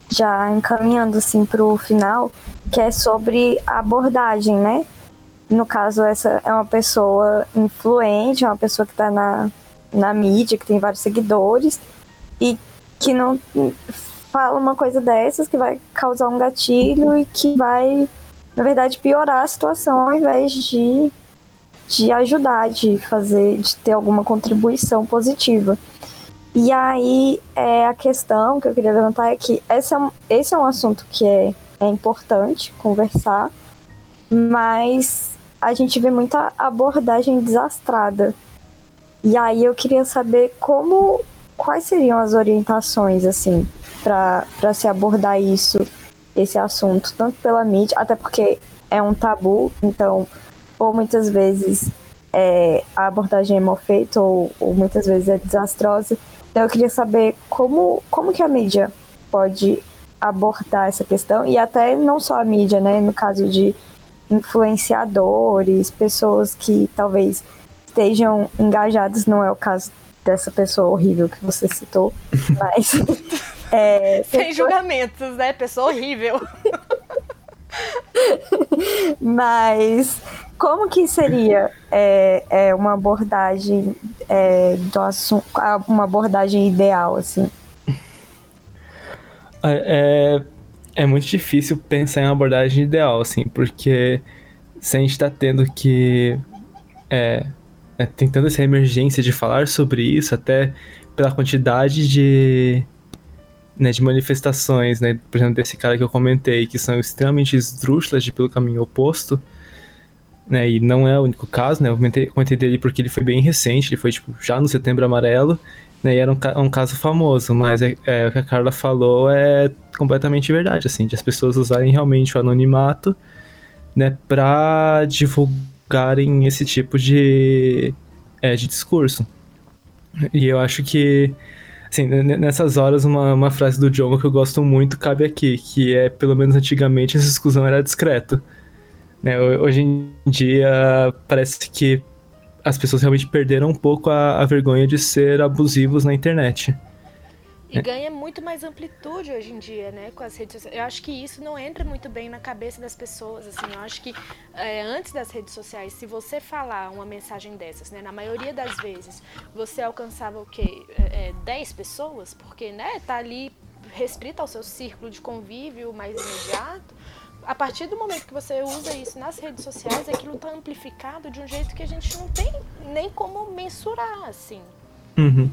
já encaminhando assim para o final, que é sobre a abordagem, né? No caso, essa é uma pessoa influente, é uma pessoa que está na, na mídia, que tem vários seguidores, e que não fala uma coisa dessas, que vai causar um gatilho e que vai, na verdade, piorar a situação ao invés de, de ajudar, de fazer, de ter alguma contribuição positiva. E aí, é, a questão que eu queria levantar é que esse é um, esse é um assunto que é, é importante conversar, mas a gente vê muita abordagem desastrada. E aí eu queria saber como, quais seriam as orientações, assim, para se abordar isso, esse assunto, tanto pela mídia, até porque é um tabu, então, ou muitas vezes é, a abordagem é mal feita, ou, ou muitas vezes é desastrosa. Então eu queria saber como, como que a mídia pode abordar essa questão, e até não só a mídia, né, no caso de influenciadores, pessoas que talvez estejam engajados, não é o caso dessa pessoa horrível que você citou, mas... é, Sem pessoa... julgamentos, né? Pessoa horrível. Mas como que seria é, é uma abordagem é, do assunto, uma abordagem ideal, assim? É, é muito difícil pensar em uma abordagem ideal, assim, porque se a gente tá tendo que... É, é, tentando essa emergência de falar sobre isso, até pela quantidade de, né, de manifestações, né, por exemplo, desse cara que eu comentei, que são extremamente esdrúxulas de pelo caminho oposto, né, e não é o único caso, né, eu comentei, comentei dele porque ele foi bem recente, ele foi tipo, já no Setembro Amarelo, né, e era um, um caso famoso, mas é, é, o que a Carla falou é completamente verdade, assim, de as pessoas usarem realmente o anonimato, né, pra divulgarem esse tipo de, é, de discurso. E eu acho que, assim, nessas horas, uma, uma frase do Djonga que eu gosto muito cabe aqui, que é, pelo menos antigamente, essa exclusão era discreto. Né, hoje em dia, parece que as pessoas realmente perderam um pouco a, a vergonha de ser abusivos na internet. E ganha muito mais amplitude hoje em dia, né, com as redes sociais. Eu acho que isso não entra muito bem na cabeça das pessoas, assim. Eu acho que é, antes das redes sociais, se você falar uma mensagem dessas, né, na maioria das vezes, você alcançava o quê? É, dez pessoas? Porque, né, tá ali restrito ao seu círculo de convívio mais imediato. A partir do momento que você usa isso nas redes sociais, aquilo tá amplificado de um jeito que a gente não tem nem como mensurar, assim. Uhum.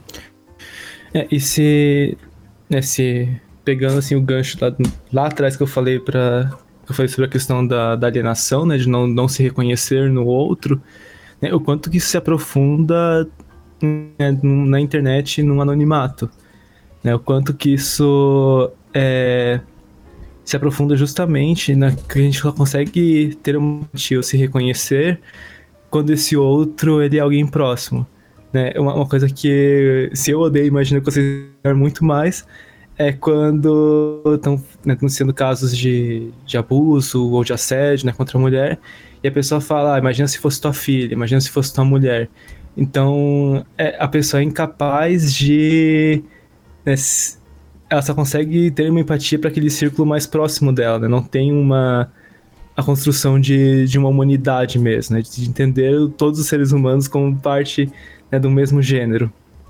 É, e se, né, se pegando assim o gancho lá, lá atrás que eu falei para eu falei sobre a questão da, da alienação, né, de não, não se reconhecer no outro, né, o quanto que isso se aprofunda, né, na internet, no anonimato, né, o quanto que isso é, se aprofunda justamente na que a gente só consegue ter um motivo, se reconhecer quando esse outro ele é alguém próximo. Né, uma, uma coisa que, se eu odeio, imagino que vocês odeiam muito mais, é quando estão, né, sendo casos de, de abuso ou de assédio, né, contra a mulher, e a pessoa fala, ah, imagina se fosse tua filha, imagina se fosse tua mulher. Então, é, a pessoa é incapaz de... Né, ela só consegue ter uma empatia para aquele círculo mais próximo dela, né, não tem uma... a construção de, de uma humanidade mesmo, né, de entender todos os seres humanos como parte... né, do mesmo gênero.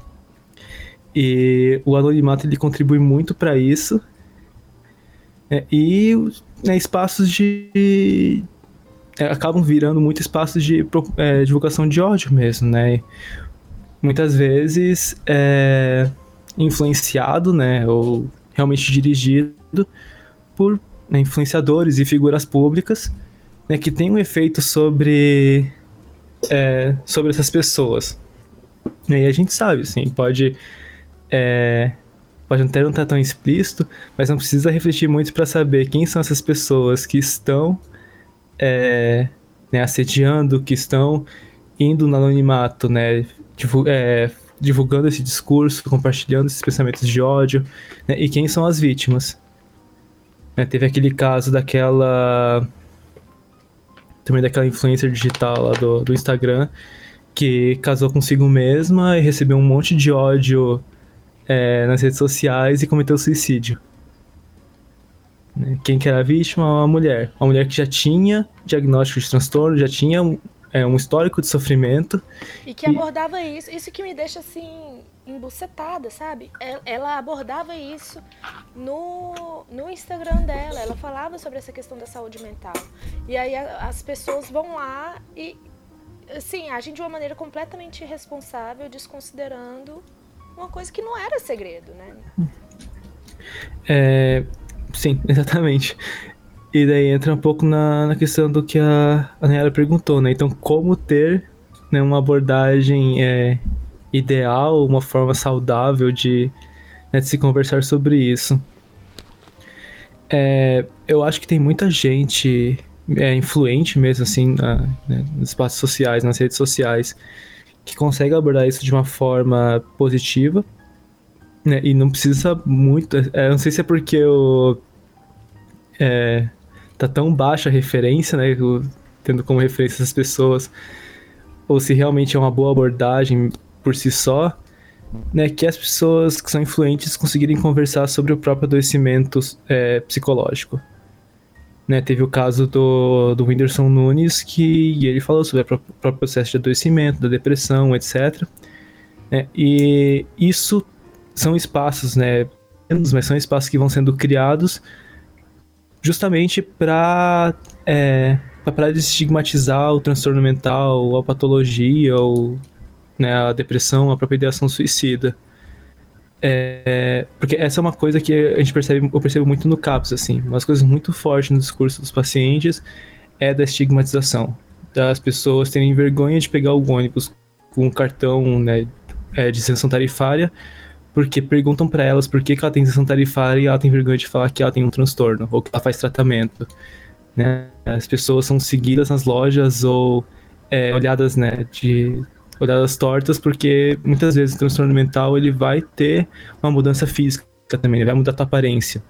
E o anonimato ele contribui muito para isso, né, e né, espaços de... É, acabam virando muito espaços de é, divulgação de ódio mesmo, né? E muitas vezes é influenciado, né, ou realmente dirigido por, né, influenciadores e figuras públicas, né, que tem um efeito sobre, é, sobre essas pessoas. E aí a gente sabe, assim, pode, é, pode até não estar tão explícito, mas não precisa refletir muito para saber quem são essas pessoas que estão é, né, assediando, que estão indo no anonimato, né, divul- é, divulgando esse discurso, compartilhando esses pensamentos de ódio, né, e quem são as vítimas. Né, teve aquele caso daquela... também daquela influencer digital lá do, do Instagram, que casou consigo mesma e recebeu um monte de ódio é, nas redes sociais e cometeu suicídio. né? Quem que era a vítima? Uma mulher. Uma mulher que já tinha diagnóstico de transtorno, já tinha é, um histórico de sofrimento. E que abordava isso. Isso que me deixa, assim, embucetada, sabe? Ela abordava isso no, no Instagram dela. Ela falava sobre essa questão da saúde mental. E aí as pessoas vão lá e, assim, agem de uma maneira completamente irresponsável, desconsiderando uma coisa que não era segredo, né? É, sim, exatamente. E daí entra um pouco na, na questão do que a, a Nayara perguntou, né? Então, como ter, né, uma abordagem é, ideal, uma forma saudável de, né, de se conversar sobre isso. É, eu acho que tem muita gente é, influente mesmo, assim, na, né, nos espaços sociais, nas redes sociais, que consegue abordar isso de uma forma positiva, né? E não precisa muito... É, não sei se é porque eu... É, tá tão baixa a referência, né, eu, tendo como referência essas pessoas, ou se realmente é uma boa abordagem por si só, né, que as pessoas que são influentes conseguirem conversar sobre o próprio adoecimento é, psicológico. Né, teve o caso do, do Whindersson Nunes, que ele falou sobre o próprio processo de adoecimento, da depressão, etcétera. Né, e isso são espaços, né, mas são espaços que vão sendo criados justamente para é, para desestigmatizar o transtorno mental, a patologia, ou, né, a depressão, a própria ideação suicida. É, porque essa é uma coisa que a gente percebe, eu percebo muito no CAPS, assim, umas coisas muito fortes no discurso dos pacientes é da estigmatização, das pessoas terem vergonha de pegar o ônibus com um cartão, né, é, de isenção tarifária, porque perguntam pra elas por que, que ela tem isenção tarifária e ela tem vergonha de falar que ela tem um transtorno, ou que ela faz tratamento, né? As pessoas são seguidas nas lojas ou é, olhadas, né, de, olhadas tortas, porque muitas vezes o transtorno mental ele vai ter uma mudança física também, ele vai mudar a tua aparência.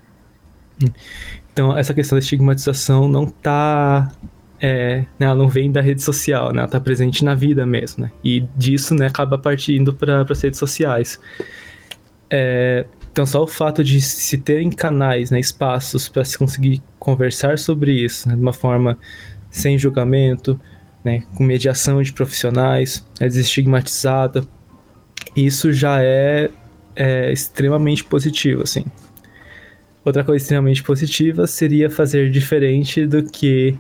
Então essa questão da estigmatização não tá... É, né, ela não vem da rede social, né? Ela tá presente na vida mesmo, né? E disso, né, acaba partindo para as redes sociais. É, então só o fato de se terem canais, né, espaços para se conseguir conversar sobre isso, né, de uma forma sem julgamento, né, com mediação de profissionais, né, desestigmatizada, isso já é, é extremamente positivo, assim. Outra coisa extremamente positiva seria fazer diferente do que...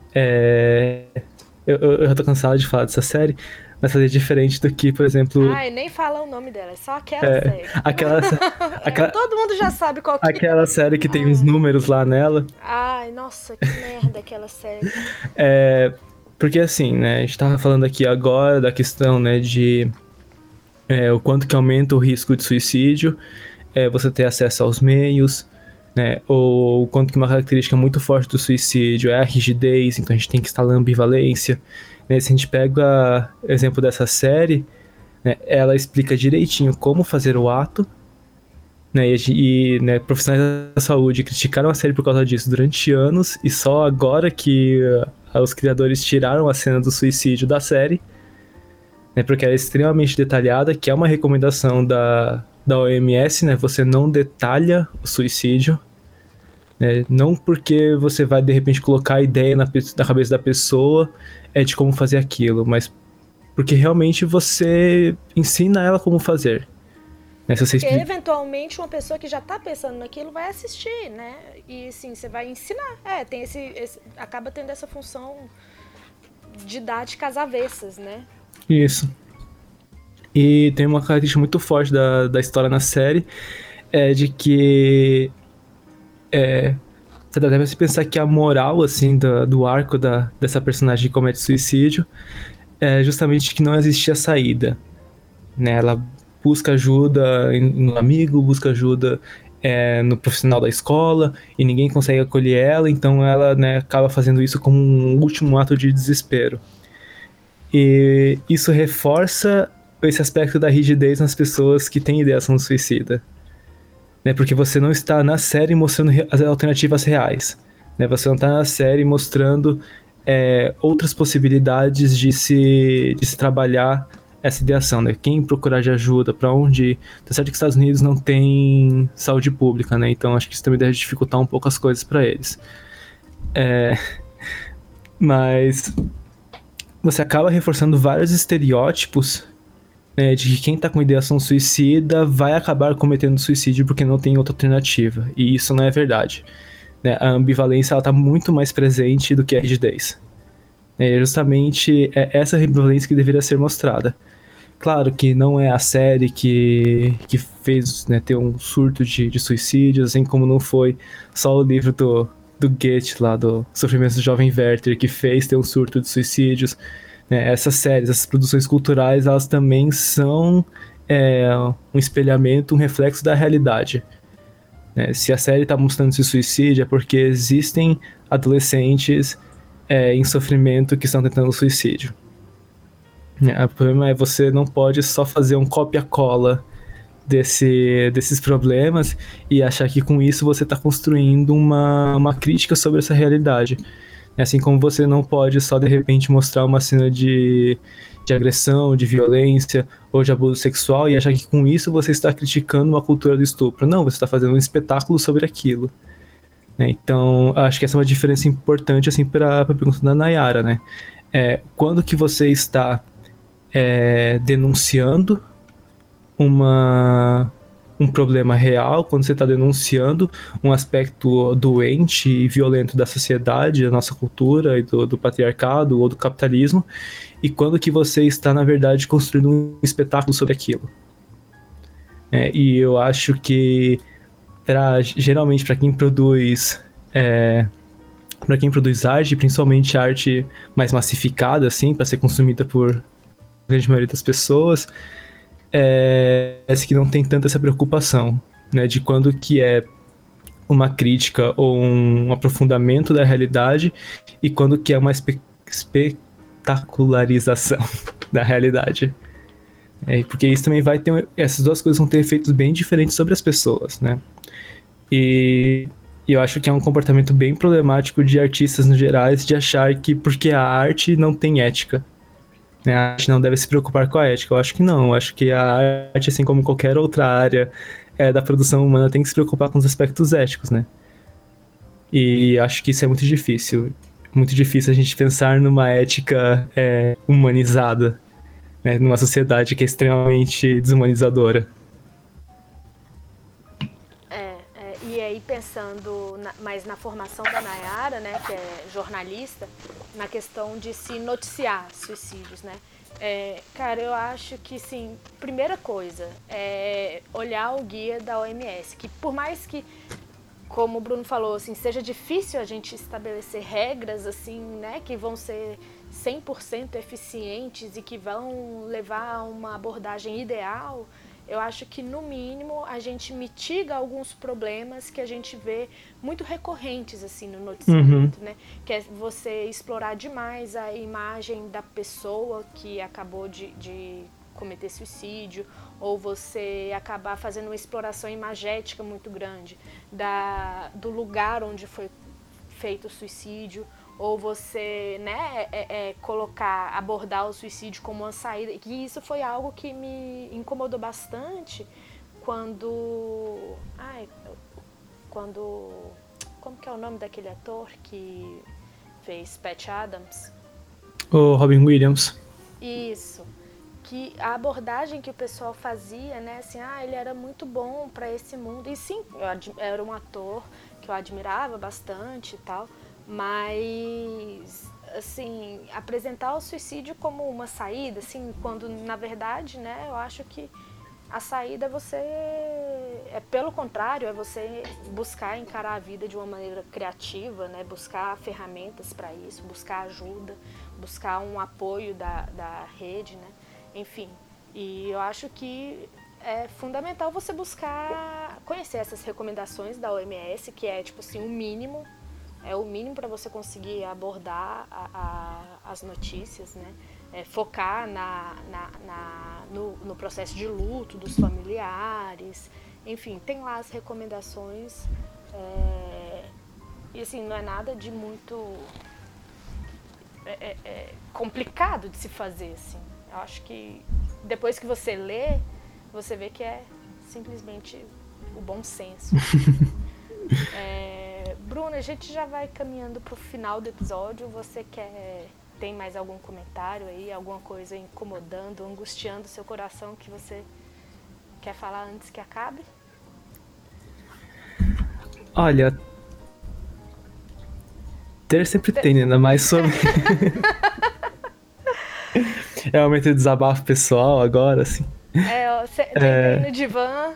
É, eu, eu já tô cansado de falar dessa série, mas fazer diferente do que, por exemplo... Ai, nem fala o nome dela, é só aquela é, série. Aquela, aquela, todo mundo já sabe qual que é. Aquela série que tem Ai. uns números lá nela. Ai, nossa, que merda aquela série. É, porque assim, né, a gente tava falando aqui agora da questão, né, de é, o quanto que aumenta o risco de suicídio, é, você ter acesso aos meios, né, ou o quanto que uma característica muito forte do suicídio é a rigidez, então a gente tem que instalar ambivalência. Né, se a gente pega o exemplo dessa série, né, ela explica direitinho como fazer o ato, né, e, e né, profissionais da saúde criticaram a série por causa disso durante anos, e só agora que uh, os criadores tiraram a cena do suicídio da série, né, porque ela é extremamente detalhada, que é uma recomendação da, da O M S, né, você não detalha o suicídio, né, não porque você vai de repente colocar a ideia na, na cabeça da pessoa é de como fazer aquilo, mas porque realmente você ensina ela como fazer. Né, se você porque explica... eventualmente uma pessoa que já tá pensando naquilo vai assistir, né? E assim, você vai ensinar. É, tem esse, esse acaba tendo essa função didática às avessas, né? Isso. E tem uma característica muito forte da, da história na série, é de que é, você deve se pensar que a moral, assim, do, do arco da, dessa personagem que comete suicídio é justamente que não existia saída, né? Ela busca ajuda no amigo, busca ajuda é, no profissional da escola, e ninguém consegue acolher ela, então ela, né, acaba fazendo isso como um último ato de desespero. E isso reforça esse aspecto da rigidez nas pessoas que têm ideação suicida. Né, porque você não está na série mostrando as alternativas reais. Né, você não está na série mostrando é, outras possibilidades de se, de se trabalhar essa ideação, né? Quem procurar de ajuda, para onde ir. Tá certo que os Estados Unidos não tem saúde pública, né? Então acho que isso também deve dificultar um pouco as coisas para eles. É... Mas você acaba reforçando vários estereótipos, né, de que quem tá com ideação suicida vai acabar cometendo suicídio porque não tem outra alternativa. E isso não é verdade. Né? A ambivalência ela tá muito mais presente do que a rigidez. É justamente essa ambivalência que deveria ser mostrada. Claro que não é a série que, que fez, né, ter um surto de, de suicídios, assim como não foi só o livro do, do Goethe, lá, do Sofrimento do Jovem Werther, que fez ter um surto de suicídios. Né? Essas séries, essas produções culturais, elas também são é, um espelhamento, um reflexo da realidade. Né? Se a série está mostrando esse suicídio, é porque existem adolescentes é, em sofrimento que estão tentando suicídio. O problema é você não pode só fazer um copia-cola desse, desses problemas e achar que com isso você está construindo uma, uma crítica sobre essa realidade. Assim como você não pode só de repente mostrar uma cena de, de agressão, de violência ou de abuso sexual e achar que com isso você está criticando uma cultura do estupro. Não, você está fazendo um espetáculo sobre aquilo. Então, acho que essa é uma diferença importante assim, para a pergunta da Nayara. Né? É, quando que você está É, denunciando uma, um problema real, quando você está denunciando um aspecto doente e violento da sociedade, da nossa cultura e do, do patriarcado ou do capitalismo, e quando que você está, na verdade, construindo um espetáculo sobre aquilo. É, e eu acho que, pra, geralmente, para quem produz... É, para quem produz arte, principalmente arte mais massificada, assim, para ser consumida por a grande maioria das pessoas, é essa que não tem tanta essa preocupação, né, de quando que é uma crítica ou um aprofundamento da realidade e quando que é uma espe- espetacularização da realidade. É, porque isso também vai ter... Essas duas coisas vão ter efeitos bem diferentes sobre as pessoas, né? E, e eu acho que é um comportamento bem problemático de artistas no geral, de achar que porque a arte não tem ética, a arte não deve se preocupar com a ética. Eu acho que não. Eu acho que a arte, assim como qualquer outra área é, da produção humana, tem que se preocupar com os aspectos éticos, né? E acho que isso é muito difícil. Muito difícil a gente pensar numa ética é, humanizada, né? Numa sociedade que é extremamente desumanizadora. É, é, e aí pensando na, mais na formação da Nayara, né, que é jornalista, na questão de se noticiar suicídios, né? É, cara, eu acho que, sim, primeira coisa é olhar o guia da O M S, que por mais que, como o Bruno falou, assim, seja difícil a gente estabelecer regras, assim, né, que vão ser cem por cento eficientes e que vão levar a uma abordagem ideal, eu acho que, no mínimo, a gente mitiga alguns problemas que a gente vê muito recorrentes assim, no noticiamento, uhum. né? Que é você explorar demais a imagem da pessoa que acabou de, de cometer suicídio, ou você acabar fazendo uma exploração imagética muito grande da, do lugar onde foi feito o suicídio, ou você, né, é, é, colocar, abordar o suicídio como uma saída. E isso foi algo que me incomodou bastante quando... Ai, quando... Como que é o nome daquele ator que fez Patch Adams? O Robin Williams. Isso. Que a abordagem que o pessoal fazia, né, assim, ah, ele era muito bom para esse mundo. E sim, eu ad- era um ator que eu admirava bastante e tal. Mas, assim, apresentar o suicídio como uma saída, assim, quando, na verdade, né, eu acho que a saída é você, é pelo contrário, é você buscar encarar a vida de uma maneira criativa, né, buscar ferramentas para isso, buscar ajuda, buscar um apoio da, da rede, né, enfim. E eu acho que é fundamental você buscar conhecer essas recomendações da O M S, que é, tipo assim, o mínimo, é o mínimo para você conseguir abordar a, a, as notícias, né? É, focar na, na, na, no, no processo de luto dos familiares, enfim, tem lá as recomendações, é, e assim, não é nada de muito é, é, complicado de se fazer, assim. Eu acho que depois que você lê, você vê que é simplesmente o bom senso. é, Bruna, a gente já vai caminhando pro final do episódio. Você quer... Tem mais algum comentário aí? Alguma coisa incomodando, angustiando seu coração que você quer falar antes que acabe? Olha... Ter sempre tem, ainda mais sobre... É um momento de desabafo pessoal agora, assim. É, você tem é... no divã.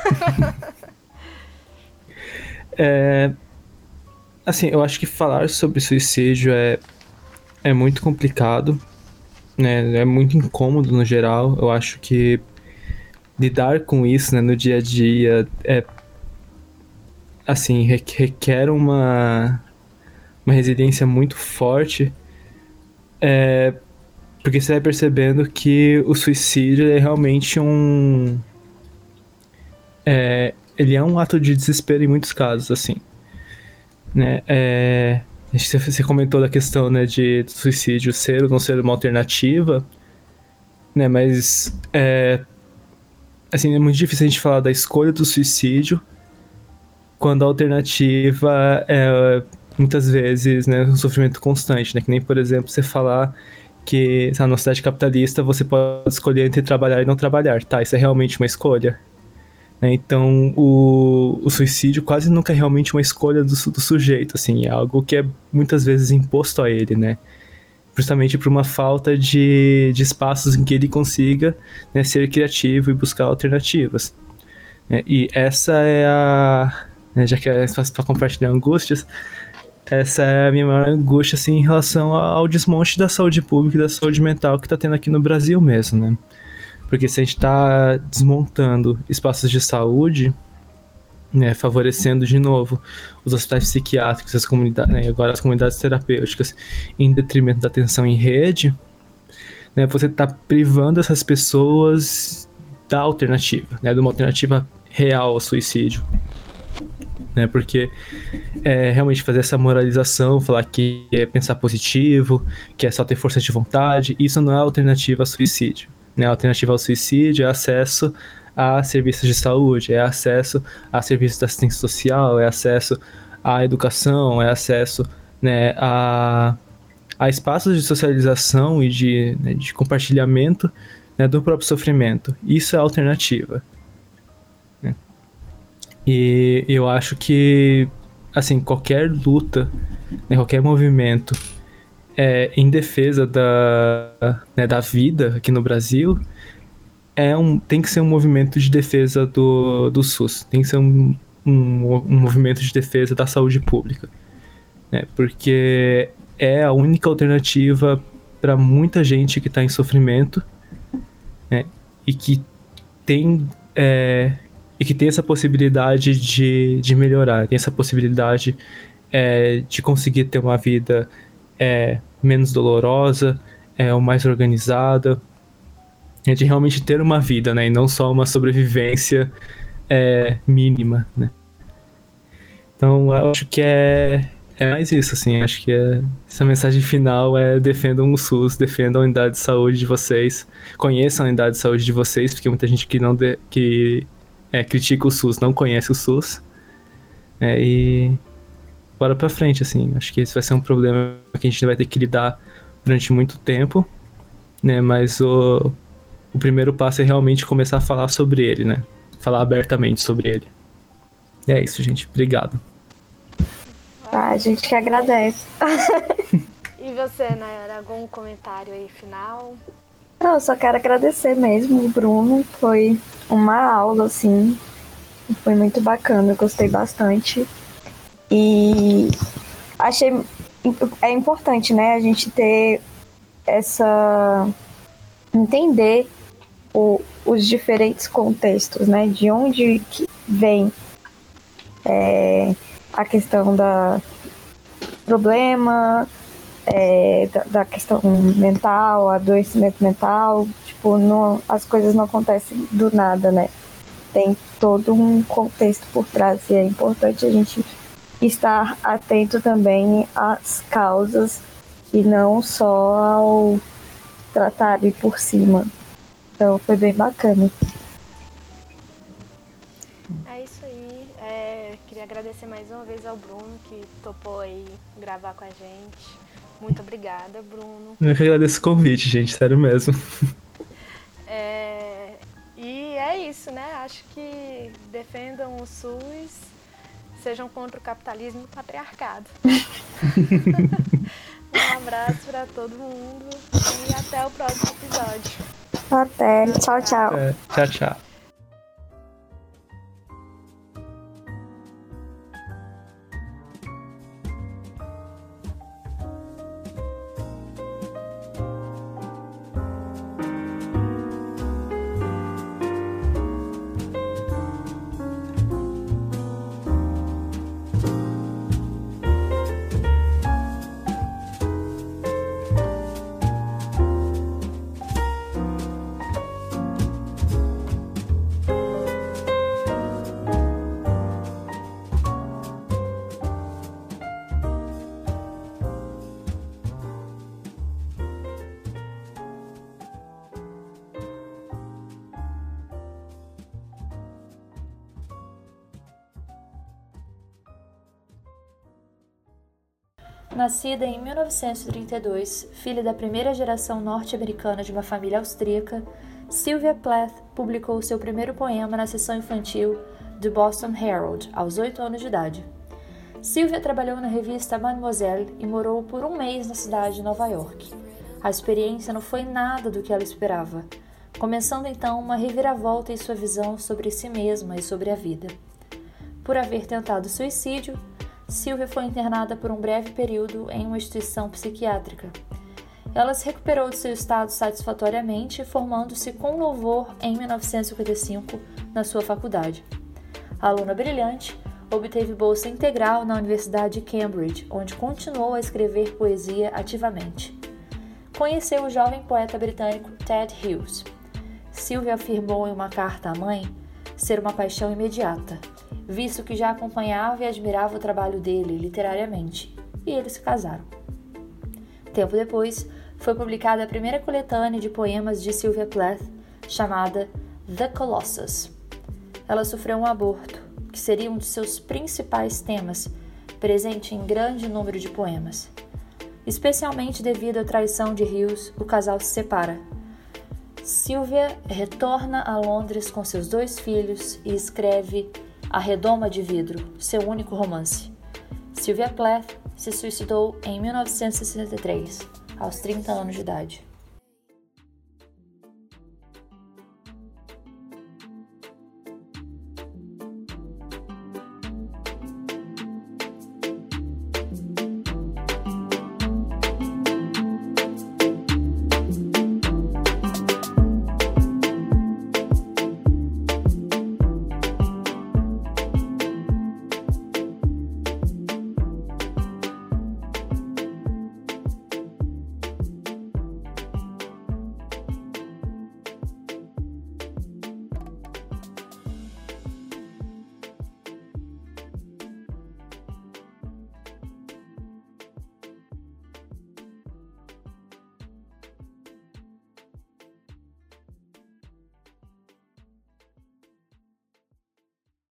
é... Assim, eu acho que falar sobre suicídio é, é muito complicado, né? É muito incômodo no geral. Eu acho que lidar com isso, né, no dia a dia é... Assim, requer uma... uma resiliência muito forte, é, porque você vai percebendo que o suicídio é realmente um... É, ele é um ato de desespero em muitos casos, assim. Né? É, você comentou da questão, né, de suicídio ser ou não ser uma alternativa, né, mas é, assim, é muito difícil a gente falar da escolha do suicídio quando a alternativa é... muitas vezes, né, um sofrimento constante, né, que nem, por exemplo, você falar que, sabe, numa sociedade capitalista você pode escolher entre trabalhar e não trabalhar, tá, isso é realmente uma escolha, né? Então o, o suicídio quase nunca é realmente uma escolha do, do sujeito, assim, é algo que é muitas vezes imposto a ele, né, justamente por uma falta de, de espaços em que ele consiga, né, ser criativo e buscar alternativas, né? E essa é a, né, já que é fácil para compartilhar angústias, essa é a minha maior angústia, assim, em relação ao desmonte da saúde pública e da saúde mental que está tendo aqui no Brasil mesmo, né? Porque se a gente está desmontando espaços de saúde, né, favorecendo de novo os hospitais psiquiátricos, as comunidades, né, agora as comunidades terapêuticas, em detrimento da atenção em rede, né, você está privando essas pessoas da alternativa, né, de uma alternativa real ao suicídio. Né, porque é, realmente fazer essa moralização, falar que é pensar positivo, que é só ter força de vontade, isso não é alternativa ao suicídio, né? A alternativa ao suicídio é acesso a serviços de saúde, é acesso a serviços de assistência social, é acesso à educação, é acesso, né, a, a espaços de socialização e de, né, de compartilhamento, né, do próprio sofrimento. Isso é a alternativa. E eu acho que, assim, qualquer luta, né, qualquer movimento é, em defesa da, né, da vida aqui no Brasil, é um, tem que ser um movimento de defesa do, do SUS, tem que ser um, um, um movimento de defesa da saúde pública, né, porque é a única alternativa para muita gente que está em sofrimento, né, e que tem... É, e que tem essa possibilidade de, de melhorar, tem essa possibilidade é, de conseguir ter uma vida é, menos dolorosa, é, ou mais organizada, é, de realmente ter uma vida, né, e não só uma sobrevivência é, mínima, né. Então, eu acho que é, é mais isso, assim, acho que é, essa mensagem final é: defendam o SUS, defendam a unidade de saúde de vocês, conheçam a unidade de saúde de vocês, porque muita gente que não... De, que É, critica o SUS, não conhece o SUS, é, e bora pra frente, assim, acho que esse vai ser um problema que a gente vai ter que lidar durante muito tempo, né, mas o, o primeiro passo é realmente começar a falar sobre ele, né, falar abertamente sobre ele. E é isso, gente, obrigado. Ah, a gente que agradece. E você, Nayara, algum comentário aí final? Não, eu só quero agradecer mesmo o Bruno, foi uma aula, assim, foi muito bacana, eu gostei bastante. E achei, é importante, né, a gente ter essa, entender o, os diferentes contextos, né, de onde que vem é, a questão da problema, É, da, da questão mental, adoecimento mental, tipo, não, as coisas não acontecem do nada, né? Tem todo um contexto por trás e é importante a gente estar atento também às causas e não só ao tratar ali por cima. Então foi bem bacana. É isso aí. É, queria agradecer mais uma vez ao Bruno que topou aí gravar com a gente. Muito obrigada, Bruno. Eu que agradeço o convite, gente, sério mesmo. É, e é isso, né? Acho que defendam o SUS, sejam contra o capitalismo e o patriarcado. Um abraço para todo mundo e até o próximo episódio. Até. Tchau, tchau. É, tchau, tchau. Nascida em mil novecentos e trinta e dois, filha da primeira geração norte-americana de uma família austríaca, Sylvia Plath publicou seu primeiro poema na seção infantil do Boston Herald, aos oito anos de idade. Sylvia trabalhou na revista Mademoiselle e morou por um mês na cidade de Nova York. A experiência não foi nada do que ela esperava, começando então uma reviravolta em sua visão sobre si mesma e sobre a vida. Por haver tentado suicídio, Sylvia foi internada por um breve período em uma instituição psiquiátrica. Ela se recuperou de seu estado satisfatoriamente, formando-se com louvor em mil novecentos e cinquenta e cinco na sua faculdade. A aluna brilhante, obteve bolsa integral na Universidade de Cambridge, onde continuou a escrever poesia ativamente. Conheceu o jovem poeta britânico Ted Hughes. Sylvia afirmou em uma carta à mãe ser uma paixão imediata, visto que já acompanhava e admirava o trabalho dele literariamente, e eles se casaram. Tempo depois, foi publicada a primeira coletânea de poemas de Sylvia Plath, chamada The Colossus. Ela sofreu um aborto, que seria um de seus principais temas, presente em grande número de poemas. Especialmente devido à traição de Hughes, o casal se separa. Sylvia retorna a Londres com seus dois filhos e escreve A Redoma de Vidro, seu único romance. Sylvia Plath se suicidou em mil novecentos e sessenta e três, aos trinta anos de idade.